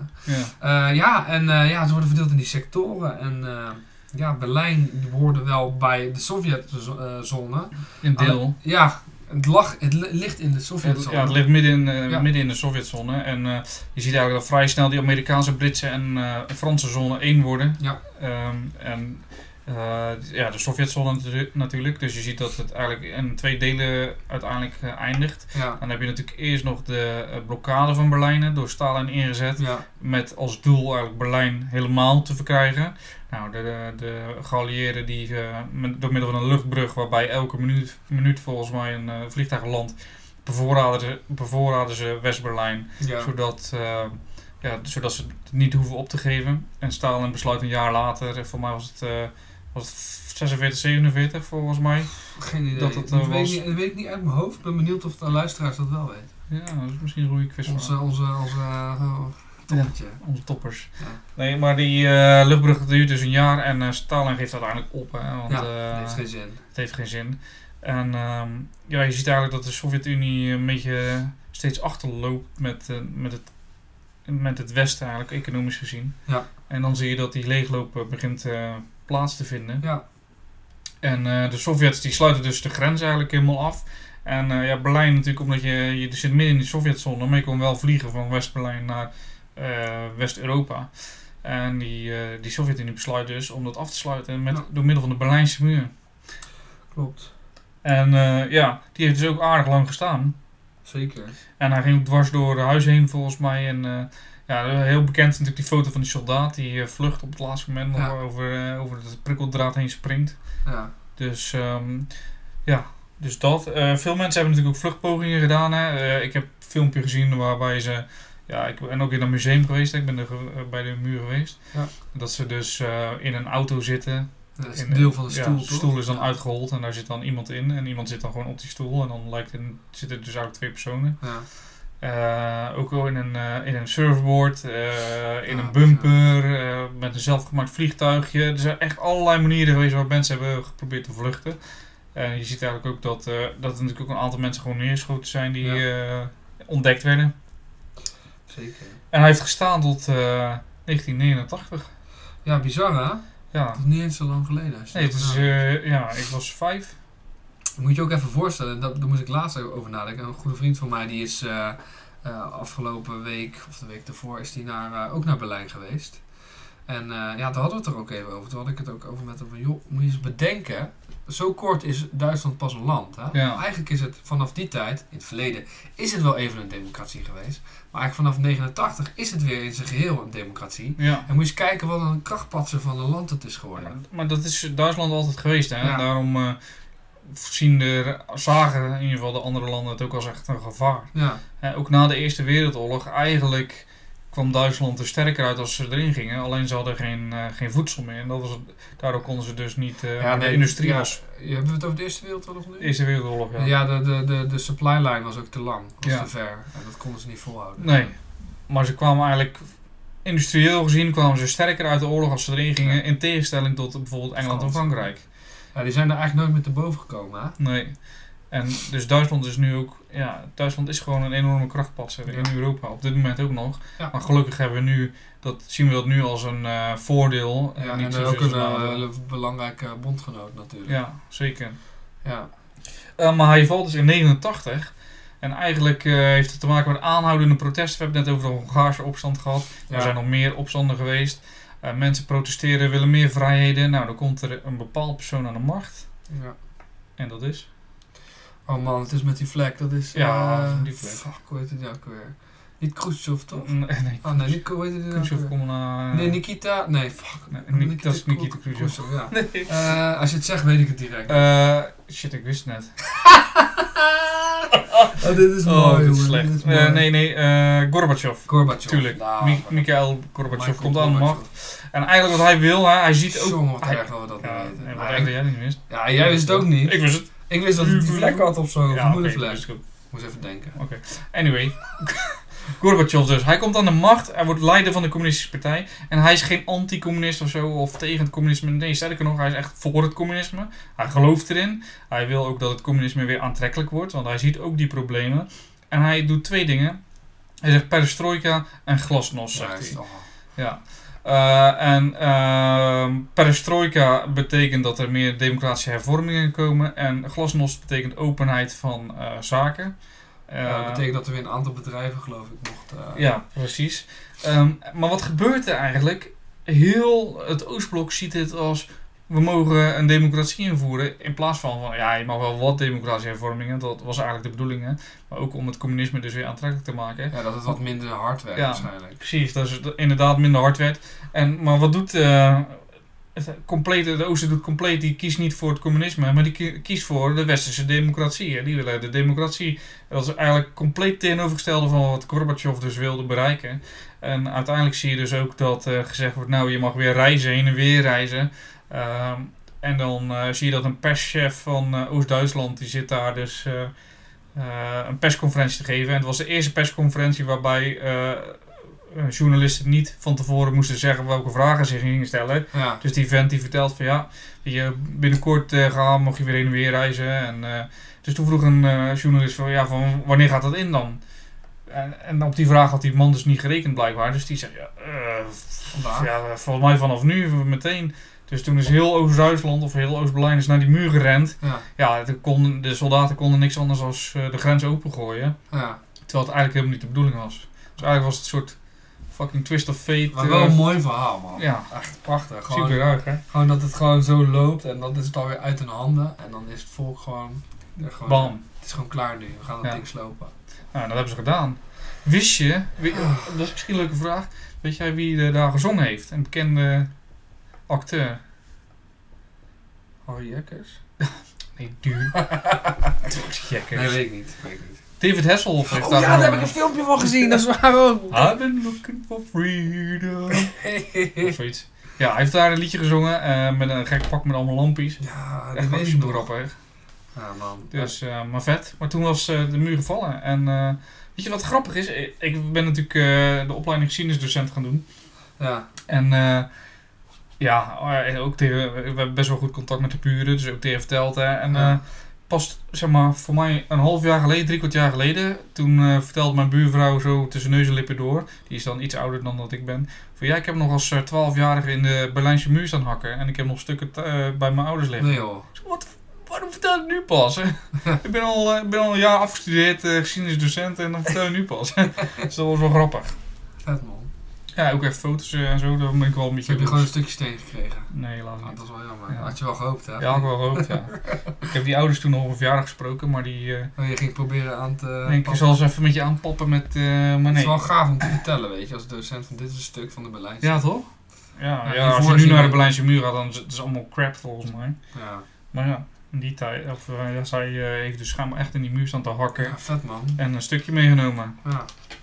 Ze worden verdeeld in die sectoren. En... Berlijn hoorde wel bij de Sovjetzone. Een deel. Het ligt in de Sovjetzone. Ja, het ligt midden in de Sovjetzone. En je ziet eigenlijk dat vrij snel die Amerikaanse, Britse en Franse zone één worden. Ja. Ja, de Sovjetzone natuurlijk. Dus je ziet dat het eigenlijk in 2 delen uiteindelijk eindigt. Ja. Dan heb je natuurlijk eerst nog de blokkade van Berlijn door Stalin ingezet. Ja. Met als doel eigenlijk Berlijn helemaal te verkrijgen. Nou, de geallieerden die door middel van een luchtbrug, waarbij elke minuut volgens mij een vliegtuig landt, bevoorraden ze West-Berlijn. Ja. Zodat ze het niet hoeven op te geven. En Stalin besluit een jaar later, voor mij was het 46, 47 volgens mij. Geen idee. Dat het, dat was... weet ik niet uit mijn hoofd. Ik ben benieuwd of de luisteraars dat wel weten. Ja, dat is misschien een goede quiz. Onze toppertje. Ja, onze toppers. Ja. Nee, maar die luchtbrug duurt dus een jaar en Stalin geeft uiteindelijk op. Hè, want, Het heeft geen zin. Het heeft geen zin. En je ziet eigenlijk dat de Sovjet-Unie een beetje steeds achterloopt met het Westen eigenlijk, economisch gezien. Ja. En dan zie je dat die leegloop begint plaats te vinden. Ja. En de Sovjets die sluiten dus de grens eigenlijk helemaal af. En Berlijn natuurlijk, omdat je zit midden in de Sovjetzone, maar je kon wel vliegen van West-Berlijn naar West-Europa. En die Sovjet-Unie besluit dus om dat af te sluiten door middel van de Berlijnse muur. Klopt. En die heeft dus ook aardig lang gestaan. Zeker. En hij ging ook dwars door de huis heen volgens mij. En heel bekend is natuurlijk die foto van die soldaat die vlucht op het laatste moment nog over de prikkeldraad heen springt. Ja. Dus dus dat. Veel mensen hebben natuurlijk ook vluchtpogingen gedaan. Hè. Ik heb een filmpje gezien waarbij ze... Ja, ik ben ook in een museum geweest. Ik ben bij de muur geweest. Ja. Dat ze dus in een auto zitten. Dat is een deel van de stoel, de stoel is dan uitgehold en daar zit dan iemand in. En iemand zit dan gewoon op die stoel. En dan zitten er dus eigenlijk 2 personen. Ja. Ook wel in een surfboard, in een bumper, met een zelfgemaakt vliegtuigje. Er zijn echt allerlei manieren geweest waarop mensen hebben geprobeerd te vluchten. Je ziet eigenlijk ook dat er natuurlijk ook een aantal mensen gewoon neergeschoten zijn die ontdekt werden. Zeker. En hij heeft gestaan tot 1989. Ja, bizar hè? Ja. Dat is niet eens zo lang geleden. Nee, het is, ik was 5. Moet je ook even voorstellen, daar moest ik laatst over nadenken. Een goede vriend van mij die is afgelopen week, of de week daarvoor, is die ook naar Berlijn geweest. En daar hadden we het er ook even over. Toen had ik het ook over met hem van, joh, moet je eens bedenken, zo kort is Duitsland pas een land. Hè? Ja. Eigenlijk is het vanaf die tijd, in het verleden, is het wel even een democratie geweest. Maar eigenlijk vanaf 89 is het weer in zijn geheel een democratie. Ja. En moet je eens kijken wat een krachtpatser van een land het is geworden. Ja, maar dat is Duitsland altijd geweest. Hè? Ja. En daarom zagen in ieder geval de andere landen het ook als echt een gevaar. Ja. Ook na de Eerste Wereldoorlog, eigenlijk kwam Duitsland er sterker uit als ze erin gingen. Alleen ze hadden geen voedsel meer. En daardoor konden ze dus niet de industrie was. Hebben we het over de Eerste Wereldoorlog nu? Eerste Wereldoorlog, ja. Ja, de supply line was ook te lang. Was Ja. te ver. En dat konden ze niet volhouden. Nee. Maar ze kwamen eigenlijk, industrieel gezien, kwamen ze sterker uit de oorlog als ze erin gingen. Ja. In tegenstelling tot bijvoorbeeld Engeland en Frankrijk. Ja, die zijn er eigenlijk nooit meer te boven gekomen, hè? Nee. En dus Duitsland is nu ook... Ja, Duitsland is gewoon een enorme krachtpatser in Europa. Op dit moment ook nog. Ja. Maar gelukkig hebben we nu... zien we dat nu als een voordeel. Ja, niet en ook zozeer een belangrijke bondgenoot natuurlijk. Ja, zeker. Ja. Maar hij valt dus in 89. En eigenlijk heeft het te maken met aanhoudende protesten. We hebben het net over de Hongaarse opstand gehad. Ja. Er zijn nog meer opstanden geweest. Mensen protesteren, willen meer vrijheden. Nou, dan komt er een bepaald persoon aan de macht. Ja. En dat is... Oh man, het is met die vlek. Dat is... die vlek. Fuck, hoe heet het nou ook weer? Niet Khrushchev, toch? Nee. Oh nee, niet hoe heet het nou ook Khrushchev weer? komt naar... Nee, Nikita. Nee, fuck. Dat is Nikita Khrushchev. Ja. Nee. Als je het zegt, weet ik het direct. Shit, ik wist het net. Oh, dit is mooi, dit is jongen. slecht. Dit is mooi. Gorbachev. Gorbachev. Tuurlijk. Nou, Mikhail Gorbachev Michael komt aan de Gorbachev. macht. En eigenlijk wat hij wil, hij ziet ook... Jongen, wat erg dat we dat niet Ja, weten. nee, wat Maar erg dat jij niet wist. ja, jij wist het ook niet. Ik wist het. Ik wist dat het die vlek had of zo. Ja, Vermoedenvlek. dat wist ik ook. Moest even denken. Oké. Anyway. Gorbachev dus. Hij komt aan de macht. Hij wordt leider van de communistische partij. En hij is geen anti-communist of zo. Of tegen het communisme. Nee, sterker nog. Hij is echt voor het communisme. Hij gelooft erin. Hij wil ook dat het communisme weer aantrekkelijk wordt. Want hij ziet ook die problemen. En hij doet 2 dingen. Hij zegt perestroika en glasnost, zegt hij. Ja. Perestroika betekent dat er meer democratische hervormingen komen. En glasnost betekent openheid van zaken. Dat betekent dat er weer een aantal bedrijven, geloof ik, mocht... Ja, precies. Maar wat gebeurt er eigenlijk? Heel het Oostblok ziet het als... we mogen een democratie invoeren in plaats van ja, je mag wel wat democratische hervormingen, dat was eigenlijk de bedoeling, hè? Maar ook om het communisme dus weer aantrekkelijk te maken. Ja, dat het wat minder hard werd waarschijnlijk. Precies, dat het inderdaad minder hard werd. Maar wat doet het Oosten doet compleet, die kiest niet voor het communisme, maar die kiest voor de westerse democratie. Hè? Die willen de democratie. Dat is eigenlijk compleet tegenovergestelde van wat Gorbachev dus wilde bereiken. En uiteindelijk zie je dus ook dat gezegd wordt, nou je mag weer reizen, heen en weer reizen. En dan zie je dat een perschef van Oost-Duitsland, die zit daar dus een persconferentie te geven. En het was de eerste persconferentie waarbij journalisten niet van tevoren moesten zeggen welke vragen ze gingen stellen. Ja. Dus die vent die vertelt van ja, binnenkort mag je weer heen en weer reizen. Dus toen vroeg een journalist van wanneer gaat dat in dan? En op die vraag had die man dus niet gerekend blijkbaar. Dus die zei volgens mij vanaf nu meteen. Dus toen is heel Oost-Duitsland of heel Oost-Berlijn is naar die muur gerend. Ja, de soldaten konden niks anders dan de grens opengooien. Ja. Terwijl het eigenlijk helemaal niet de bedoeling was. Dus eigenlijk was het een soort fucking twist of fate. Maar wel een mooi verhaal, man. Ja. Echt prachtig. Super raar, hè? Gewoon dat het gewoon zo loopt en dan is het alweer uit hun handen. En dan is het volk gewoon bam. Het is gewoon klaar nu. We gaan dat ding slopen. Nou, dat hebben ze gedaan. Wist je, dat is misschien een leuke vraag. Weet jij wie daar gezongen heeft? Een bekende acteur. Harry Jekkers? Nee, duur. Jekkers. Nee, weet ik niet. David Hasselhoff heeft daar daar heb ik een filmpje van gezien. Dat is waar ook. I've been looking for freedom. Of zoiets. Ja, hij heeft daar een liedje gezongen met een gek pak met allemaal lampjes. Ja, echt wel super grappig. Ja, man. Dus, maar vet. Maar toen was de muur gevallen. En weet je wat grappig is? Ik ben natuurlijk de opleiding geschiedenisdocent gaan doen. Ja. En ook we hebben best wel goed contact met de buren, dus ook tegen verteld. Hè. En pas, zeg maar, voor mij een half jaar geleden, 3/4 jaar geleden, toen vertelde mijn buurvrouw zo tussen neus en lippen door, die is dan iets ouder dan dat ik ben, van ja, ik heb nog als 12-jarige in de Berlijnse muur staan hakken en ik heb nog stukken bij mijn ouders liggen. Nee joh. Waarom vertel je het nu pas? Ik ben al een jaar afgestudeerd, geschiedenisdocent en dan vertel je nu pas. Dus dat was wel grappig. Vet man. Ja, ook even foto's en zo, daar ben ik wel een beetje... Heb je gewoon een stukje steen gekregen? Nee, helaas niet. Dat is wel jammer. Ja. Had je wel gehoopt, hè? Ja, had ik wel gehoopt, ja. Ik heb die ouders toen al op een verjaardag gesproken, maar die... je ging proberen aan te... ik zal ze even met je aanpappen met... maar nee. Het is wel gaaf om te vertellen, weet je, als docent van dit is een stuk van de Berlijnse. Ja, toch? Ja, als je nu naar de Berlijnse muur gaat, dan is het allemaal crap volgens mij. Ja. Maar ja, in die tijd, zij heeft dus schijnbaar echt in die muur staan te hakken. Ja, vet man. En een stukje meegenomen. Ja.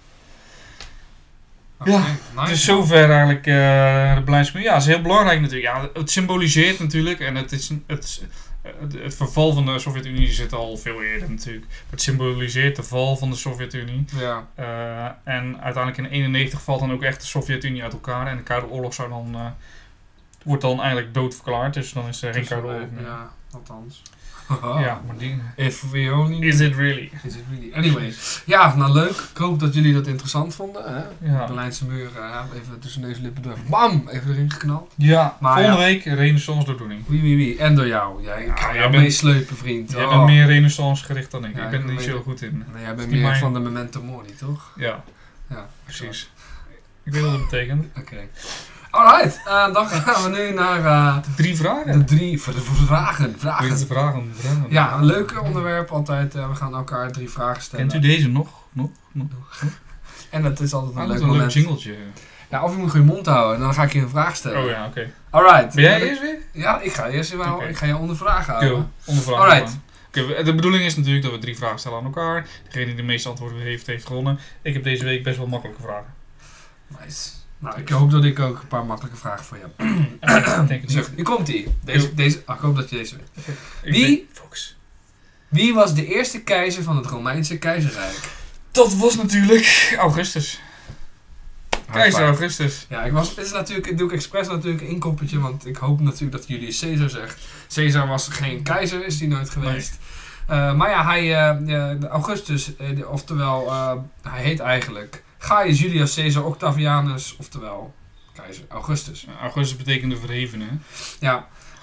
Ja, nice, dus zover eigenlijk de Berlijnse muur. Ja, dat is heel belangrijk natuurlijk. Ja, het symboliseert natuurlijk en het verval van de Sovjet-Unie zit al veel eerder natuurlijk. Het symboliseert de val van de Sovjet-Unie. Ja. En uiteindelijk in 1991 valt dan ook echt de Sovjet-Unie uit elkaar en de Koude Oorlog wordt dan eigenlijk doodverklaard. Dus dan is er geen Koude Oorlog meer. Ja, althans. Ja, maar die... If we only... Is it really? Is it really? Anyway. Ja, nou leuk. Ik hoop dat jullie dat interessant vonden. Hè? Ja. De Berlijnse muur, even tussen deze lippen door. Bam! Even erin geknald. Ja, maar volgende week renaissance doordoening. Wie. En door jou. Jij bent meeslepen, vriend. Jij bent meer renaissance gericht dan ik. Ja, ik ben er niet zo goed in. Nee, jij bent meer van de memento mori, toch? Ja. Ja, precies. Ik weet wat dat betekent. Oké. Alright, dan gaan we nu naar... de 3 vragen. De 3 vragen. Vragen. Ja, een leuk onderwerp altijd. We gaan elkaar 3 vragen stellen. Kent u deze nog? En dat is altijd een leuk moment. moment. Een jingletje. Ja, of je moet je mond houden en dan ga ik je een vraag stellen. Oh ja, oké. Alright. Ben jij eerst weer? Ja, ik ga eerst wel. Okay. Ik ga je onder vragen houden. Cool. Onder vragen. Alright. De bedoeling is natuurlijk dat we 3 vragen stellen aan elkaar. Degene die de meeste antwoorden heeft gewonnen. Ik heb deze week best wel makkelijke vragen. Nice. Nou, ik hoop dat ik ook een paar makkelijke vragen voor je heb. Ik denk het niet. Hier komt ie. Ik hoop dat je deze weet. Wie was de eerste keizer van het Romeinse keizerrijk? Dat was natuurlijk Augustus. Keizer Augustus. Ja, ik doe ik expres natuurlijk een inkoppertje, want ik hoop natuurlijk dat jullie Caesar zegt. Caesar was geen keizer, is die nooit geweest. Nee. Maar ja, Augustus, oftewel, hij heet eigenlijk Gaius Julius Caesar Octavianus, oftewel keizer Augustus. Augustus betekent de verhevene. Ja.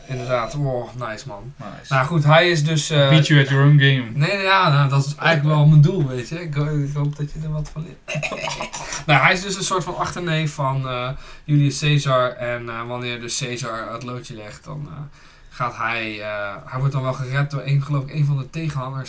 inderdaad. Oh, nice man. Nice. Nou goed, hij is dus... Beat you at your own game. Nee, ja, nou, dat is eigenlijk wel mijn doel, weet je. Ik hoop dat je er wat van leert. Nou, hij is dus een soort van achterneef van Julius Caesar. En wanneer dus Caesar het loodje legt, dan gaat hij... hij wordt dan wel gered door geloof ik, een van de tegenhangers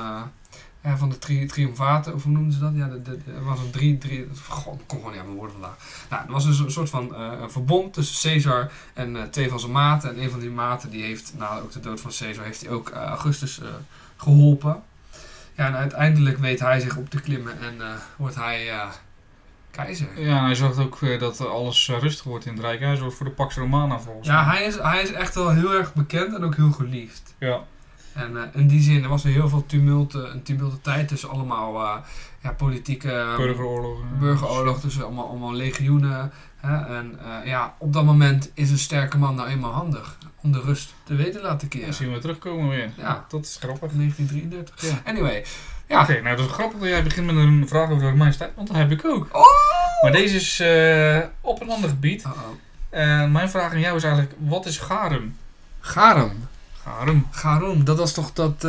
van de triomfaten, of hoe noemden ze dat? Ja, er was een God, ik kom gewoon niet aan mijn woorden vandaag. Nou, er was dus een soort van een verbond tussen Caesar en twee van zijn maten. En een van die maten, die heeft, na ook de dood van Caesar, heeft hij ook Augustus geholpen. Ja, en uiteindelijk weet hij zich op te klimmen en wordt hij keizer. Ja, en hij zorgt ook dat alles rustig wordt in het Rijk. Hij zorgt voor de Pax Romana volgens mij. Ja, hij is echt wel heel erg bekend en ook heel geliefd. Ja. En in die zin, er was er heel veel een tumulte tijd tussen allemaal politieke... burgeroorlog tussen allemaal legioenen. Hè? En op dat moment is een sterke man nou eenmaal handig. Om de rust te weten laten keren. Dan zien we terugkomen weer. Ja. Dat is grappig. 1933. Ja. Anyway. Ja. Oké, nou dat is grappig dat jij begint met een vraag over de Romeinse tijd. Want dat heb ik ook. Oh! Maar deze is op een ander gebied. Mijn vraag aan jou is eigenlijk, wat is garum? Garum. Garum. Dat was toch dat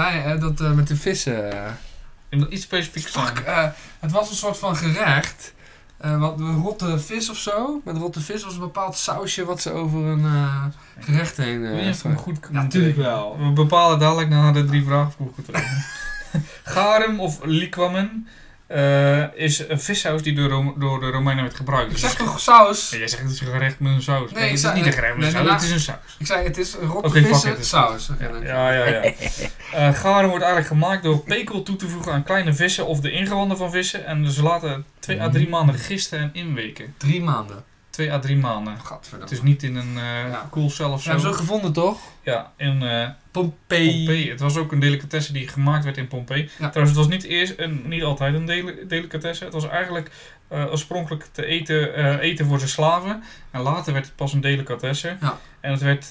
met de vissen. Iets specifieks zijn. Het was een soort van gerecht. Wat rotte vis of zo. Met rotte vis was een bepaald sausje wat ze over een gerecht heen... Wil je even goed ja, natuurlijk wel. We bepalen dadelijk na de 3 vragen of goed garum of liquamen is een vissaus die door de Romeinen werd gebruikt. Ik zeg toch saus? Ja, jij zegt het is een gerecht met een saus. Nee, het is niet een gerecht met een saus, het is een saus. Ik zei het is rotte vissen saus. Ja. Garum wordt eigenlijk gemaakt door pekel toe te voegen aan kleine vissen of de ingewanden van vissen. En ze laten 2 à 3 maanden gisten en inweken. 3 maanden? 2 à 3 maanden. Gadverdamme. Het is niet in een koelcel of zo. Hebben ze ook gevonden toch? Ja, in Pompeii. Het was ook een delicatesse die gemaakt werd in Pompeii. Ja. Trouwens, het was niet eerst en niet altijd een delicatesse. Het was eigenlijk oorspronkelijk te eten voor zijn slaven. En later werd het pas een delicatesse. Ja. En het werd,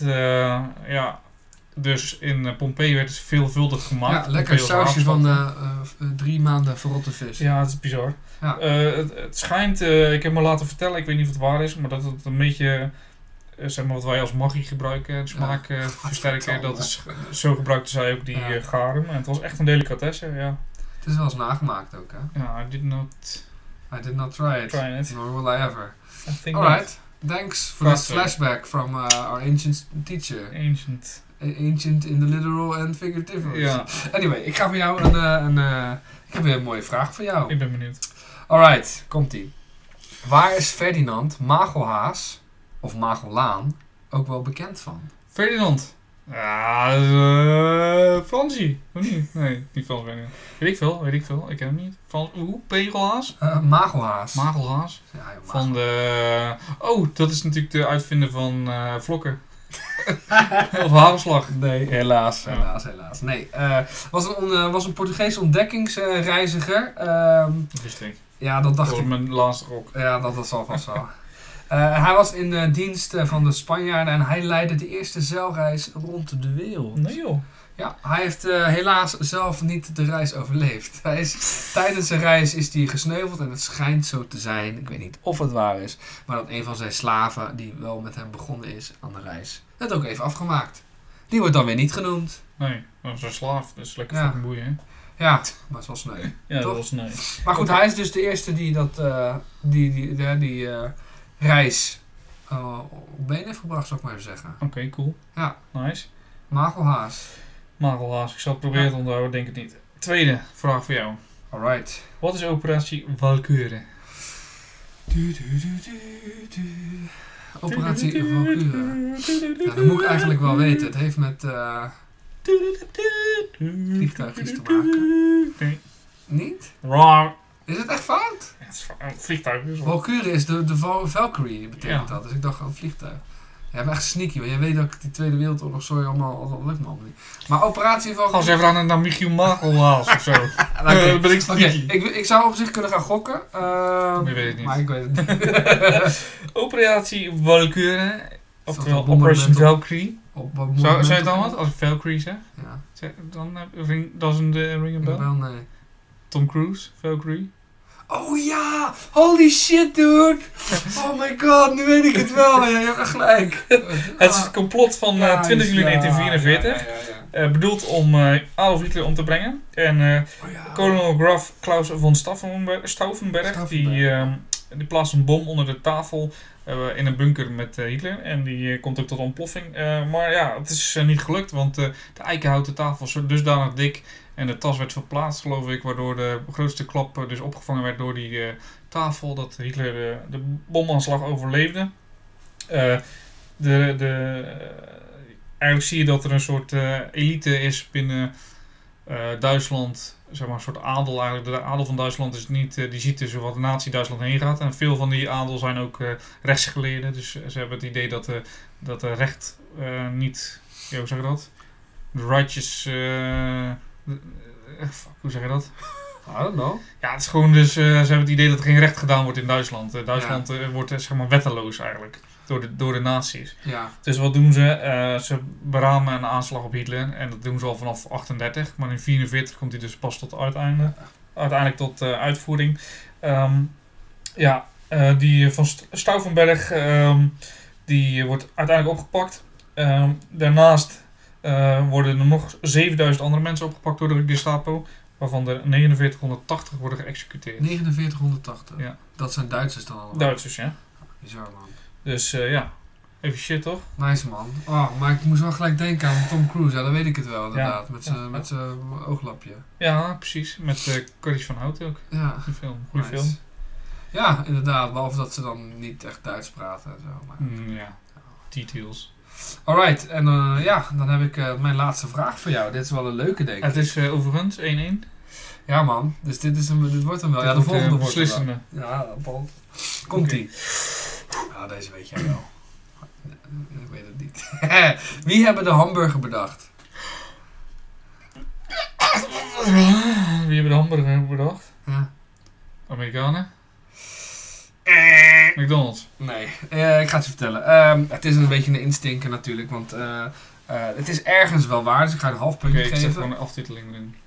dus in Pompeii werd het veelvuldig gemaakt. Ja, lekker sausje van 3 maanden verrotte vis. Ja, het is bizar. Ja. Het schijnt, ik heb me laten vertellen, ik weet niet of het waar is, maar dat het een beetje... zeg maar wat wij als magie gebruiken, smaak versterken, dat is zo gebruikten zij ook die garum. En het was echt een delicatesse, ja. Het is wel eens nagemaakt ook, hè? Ja, I did not try it. Nor will I ever. Alright, thanks for this flashback from our ancient teacher. Ancient in the literal and figurative. Ja. Anyway, ik ga voor jou ik heb weer een mooie vraag voor jou. Ik ben benieuwd. Alright, komt-ie. Waar is Ferdinand Magelhaas, of Magellaan, ook wel bekend van? Ferdinand. Ja, Fransie. Of niet? Nee, niet Frans. Weet ik veel. Ik ken hem niet. Hoe? Pegelhaas? Magelhaas. Magelhaas. Ja, van de... Oh, dat is natuurlijk de uitvinder van vlokken. Of hagelslag. Nee, helaas. Nee, was een Portugese ontdekkingsreiziger. Wist ik. Ja, dat dacht ik. Dat was mijn laatste gok. Ja, dat zal vast wel. Hij was in dienst van de Spanjaarden en hij leidde de eerste zeilreis rond de wereld. Nee joh. Ja, hij heeft helaas zelf niet de reis overleefd. Tijdens zijn reis is hij gesneuveld en het schijnt zo te zijn, ik weet niet of het waar is, maar dat een van zijn slaven, die wel met hem begonnen is aan de reis, het ook even afgemaakt. Die wordt dan weer niet genoemd. Nee, dat is een slaaf, dat is lekker fucking boeien, hè? Ja, maar het is wel sneu. Ja, dat was sneu. Maar goed, hij is dus de eerste die die reis op been heeft gebracht, zou ik maar even zeggen. Oké, cool. Ja. Nice. Magelhaas. Ik zal het proberen te onthouden, denk het niet. Tweede vraag voor jou. Alright. Wat is operatie Walkure? Operatie Walkure. Ja, dat moet ik eigenlijk wel weten. Het heeft met vliegtuigjes te maken. Nee. Niet? Wrong. Is het echt fout? Ja, het is een vliegtuig. Walkure is de Valkyrie, betekent dat. Dus ik dacht, een vliegtuig. Ja, maar echt sneaky, want jij weet dat ik die Tweede Wereldoorlog zo allemaal lukt me allemaal niet. Maar operatie van... Ga eens even aan Michiel Magelhaas of zo. Ben ik sneaky. Ik zou op zich kunnen gaan gokken. Ik weet het niet. Maar ik weet het niet. Operatie Walkure. Oftewel Operation Valkyrie. Zou je het dan wat? Als ik Valkyrie zeg? Ja. Dan doesn't ring a bell? Nee. Tom Cruise, Valkyrie. Oh ja! Holy shit, dude! Oh my god, nu weet ik het wel. Ja, je hebt echt gelijk. Het is het complot van 20 juli 1944. Ja. Bedoeld om Adolf Hitler om te brengen. En kolonel Graf Klaus von Stauffenberg die plaatst een bom onder de tafel in een bunker met Hitler. En die komt ook tot ontploffing. Maar ja, het is niet gelukt, want de eikenhouten tafel is dusdanig dik. En de tas werd verplaatst, geloof ik, waardoor de grootste klap dus opgevangen werd door die tafel. Dat Hitler de bomaanslag overleefde. Eigenlijk zie je dat er een soort elite is binnen Duitsland, zeg maar een soort adel eigenlijk. De adel van Duitsland is niet, die ziet dus wat de nazi-Duitsland heen gaat. En veel van die adel zijn ook rechtsgeleerden. Dus ze hebben het idee dat de recht niet, hoe zeg je dat? De righteous, hoe zeg je dat? I don't know. Ja, het is gewoon dus, ze hebben het idee dat er geen recht gedaan wordt in Duitsland. Duitsland wordt zeg maar wetteloos eigenlijk. Door de nazi's. Ja. Dus wat doen ze? Ze beramen een aanslag op Hitler. En dat doen ze al vanaf 38. Maar in 44 komt hij dus pas tot uiteindelijk tot uitvoering. Die van Stauffenberg die wordt uiteindelijk opgepakt. Daarnaast worden er nog 7000 andere mensen opgepakt door de Gestapo. Waarvan er 4980 worden geëxecuteerd. 4980? Ja. Dat zijn Duitsers dan allemaal? Duitsers, ja. Bizar, man. Dus even shit toch? Nice, man. Oh, maar ik moest wel gelijk denken aan Tom Cruise. Ja, dan weet ik het wel, inderdaad. Met zijn ooglapje. Ja, precies. Met Corrie van Hout ook. Ja. Die film. Goeie Nice. film. Ja, inderdaad. Behalve dat ze dan niet echt Duits praten en zo. Maar... Ja. Details. Alright, en dan heb ik mijn laatste vraag voor jou. Dit is wel een leuke, denk ik. Het is overigens 1-1. Ja, man. Dus dit wordt hem wel. Ja, de volgende wordt hem beslissende. wel. Ja, Paul. Komt-ie. Ja, deze weet jij wel. Ik weet het niet. Wie hebben de hamburger bedacht? Wie hebben de hamburger bedacht? Ja. Amerikanen? McDonald's. Nee, ik ga het je vertellen. Het is een beetje een instinker natuurlijk, want het is ergens wel waar, dus ik ga een half puntje Oké, ik geven. zet gewoon een aftiteling erin.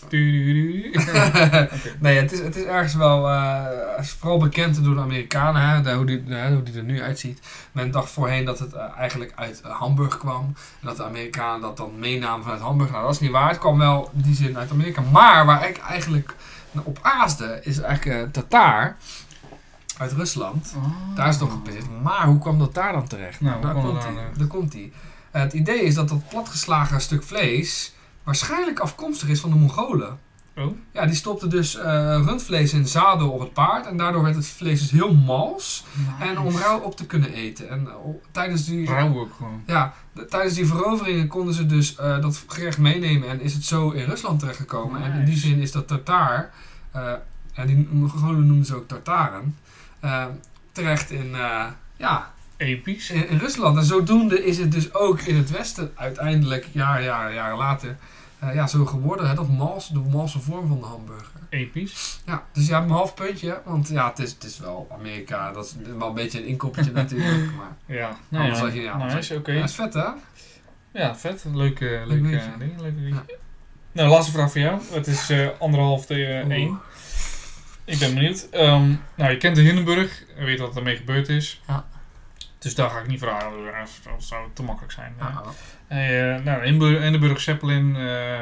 Nee, het is ergens wel vooral bekend door de Amerikanen, hoe die er nu uitziet. Men dacht voorheen dat het eigenlijk uit Hamburg kwam. En dat de Amerikanen dat dan meenamen vanuit Hamburg. Nou, dat is niet waar. Het kwam wel in die zin uit Amerika. Maar waar ik eigenlijk op aasde, is eigenlijk Tataar uit Rusland. Oh. Daar is het op gepist. Maar hoe kwam dat daar dan terecht? Nou, Daar komt hij. Het idee is dat dat platgeslagen stuk vlees waarschijnlijk afkomstig is van de Mongolen. Oh? Ja, die stopten dus rundvlees in zadel op het paard. En daardoor werd het vlees dus heel mals. Nice. En om rauw op te kunnen eten. En tijdens die... Rauw ook gewoon. Ja, tijdens die veroveringen konden ze dus dat gerecht meenemen. En is het zo in Rusland terechtgekomen. Nice. En in die zin is dat Tataar... en die Mongolen noemden ze ook Tartaren. Terecht in... Episch. in Rusland. En zodoende is het dus ook in het Westen uiteindelijk, jaren later, zo geworden. Hè? De malse vorm van de hamburger. Episch. Ja, dus ja, een half puntje. Want ja, het is wel Amerika. Dat is wel een beetje een inkoppertje natuurlijk. Maar Ja. anders had je, Nice, oké. dat is vet, hè? Ja, vet. Leuk beetje. ding. Leuk ding. Ja. Nou, laatste vraag voor jou. Het is 1,5 tegen 1. Ik ben benieuwd. Je kent de Hindenburg. Je weet wat ermee gebeurd is. Ja. Dus daar ga ik niet vragen. Dat zou te makkelijk zijn. Ja. Hindenburg Zeppelin.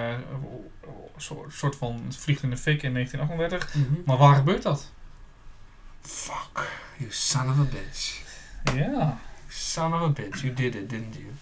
Soort van vliegt in de fik in 1938. Maar waar gebeurt dat? Fuck. You son of a bitch. Ja. Son of a bitch. You did it, didn't you?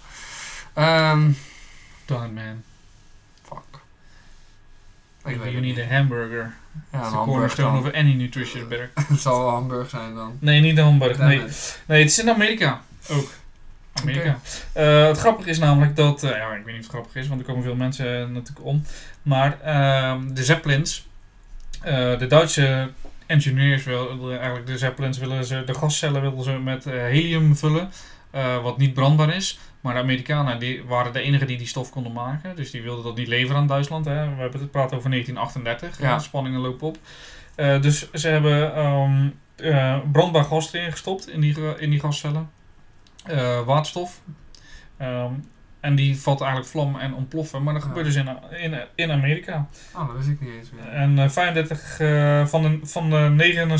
Darn man. Fuck. You need a hamburger. Ja, It's een the hamburger cornerstone dan. of any nutritious burger. Het zal wel Hamburg zijn dan. Nee, niet de hamburger. Damn Nee. it. Nee, het is in Amerika ook. Amerika. Het grappige is namelijk dat... ik weet niet of het grappig is, want er komen veel mensen natuurlijk om. Maar de Zeppelins... de Duitse engineers wilden eigenlijk de Zeppelins... de gascellen wilden ze met helium vullen. Wat niet brandbaar is. Maar de Amerikanen die waren de enigen die stof konden maken. Dus die wilden dat niet leveren aan Duitsland. Hè. We hebben het praten over 1938. Ja. De spanningen lopen op. Dus ze hebben brandbaar gas erin gestopt in die gascellen. Waterstof. En die vat eigenlijk vlammen en ontploffen. Maar dat gebeurt dus in Amerika. Oh, dat wist ik niet eens meer. En 35 van de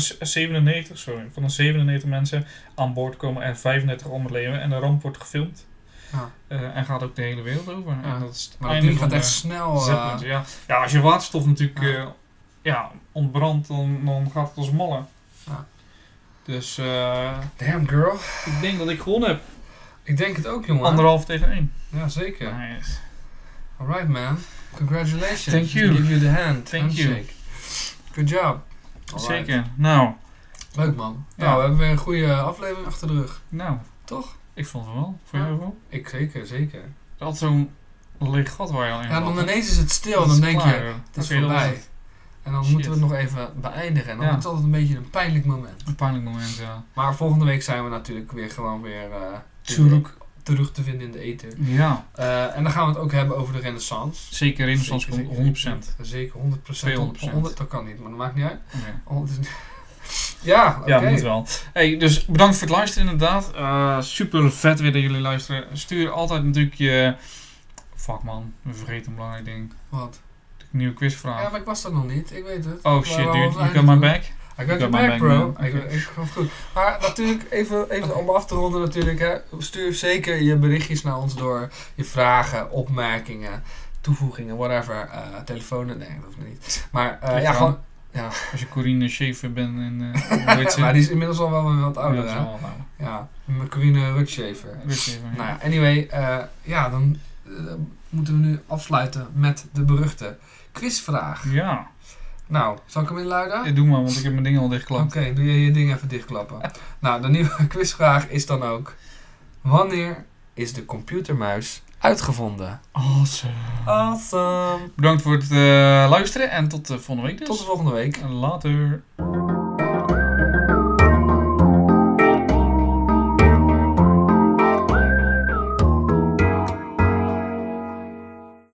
97 mensen aan boord komen er 35 om het leven. En de ramp wordt gefilmd. Ja. En gaat ook de hele wereld over. Ja. En dat is het Maar dat einde ding van gaat echt de snel. Zeppelins, ja, als je waterstof natuurlijk ontbrandt, dan gaat het als malle. Ja. Dus Damn girl. ik denk dat ik gewonnen heb. Ik denk het ook, jongen. 1,5-1. Ja, zeker. Nice. Alright, man. Congratulations. Thank you. Give you the hand. Thank you. Handshake. Good job. Alright. Zeker. Nou, Leuk, man. Ja. Nou, we hebben weer een goede aflevering achter de rug. toch? Ik vond het wel. Vond Ja. je ook wel? Ik zeker, zeker. Het is altijd zo'n leeg gat waar je al in Ja, dan valt, hè? ineens is het stil Dat en dan is denk klaar, je, joh. het is Oké, dat was voorbij. het. En dan Shit. moeten we het nog even beëindigen. En dan Ja. is het altijd een beetje een pijnlijk moment. Een pijnlijk moment, ja. Maar volgende week zijn we natuurlijk weer terug te vinden in de ether. Ja, En dan gaan we het ook hebben over de renaissance. zeker Renaissance komt 100%. Zeker, 100%. 200%. 100, dat kan niet, maar dat maakt niet uit. Oké. 100 ja, oké. Ja, moet wel. Hey, dus bedankt voor het luisteren inderdaad. Super vet weer dat jullie luisteren. Stuur altijd natuurlijk je... Fuck man, we vergeten een belangrijk ding. Wat? De nieuwe quizvraag. Ja, maar ik was dat nog niet. Ik weet het. Oh Maar shit we dude, hadden you het got my einde back? I got your back, bro. Ik ga goed. Maar natuurlijk, even om af te ronden natuurlijk. Hè. Stuur zeker je berichtjes naar ons door. Je vragen, opmerkingen, toevoegingen, whatever. Telefoon, nee, dat hoeft niet. Maar ja, gewoon... Ja. Als je Corine Schaefer bent en... hoe heet ze? Maar die is inmiddels al wel wat ouder, Ja, dat is hè? wel nou. Ja, met Corine Rutschafer. Schaefer, ja. Nou ja, anyway, dan moeten we nu afsluiten met de beruchte quizvraag. Ja. Nou, zal ik hem inluiden? Doe maar, want ik heb mijn ding al dichtgeklapt. Oké, doe je ding even dichtklappen. Nou, de nieuwe quizvraag is dan ook: wanneer is de computermuis uitgevonden? Awesome. Awesome! Bedankt voor het luisteren en tot volgende week dus. Tot de volgende week. Later.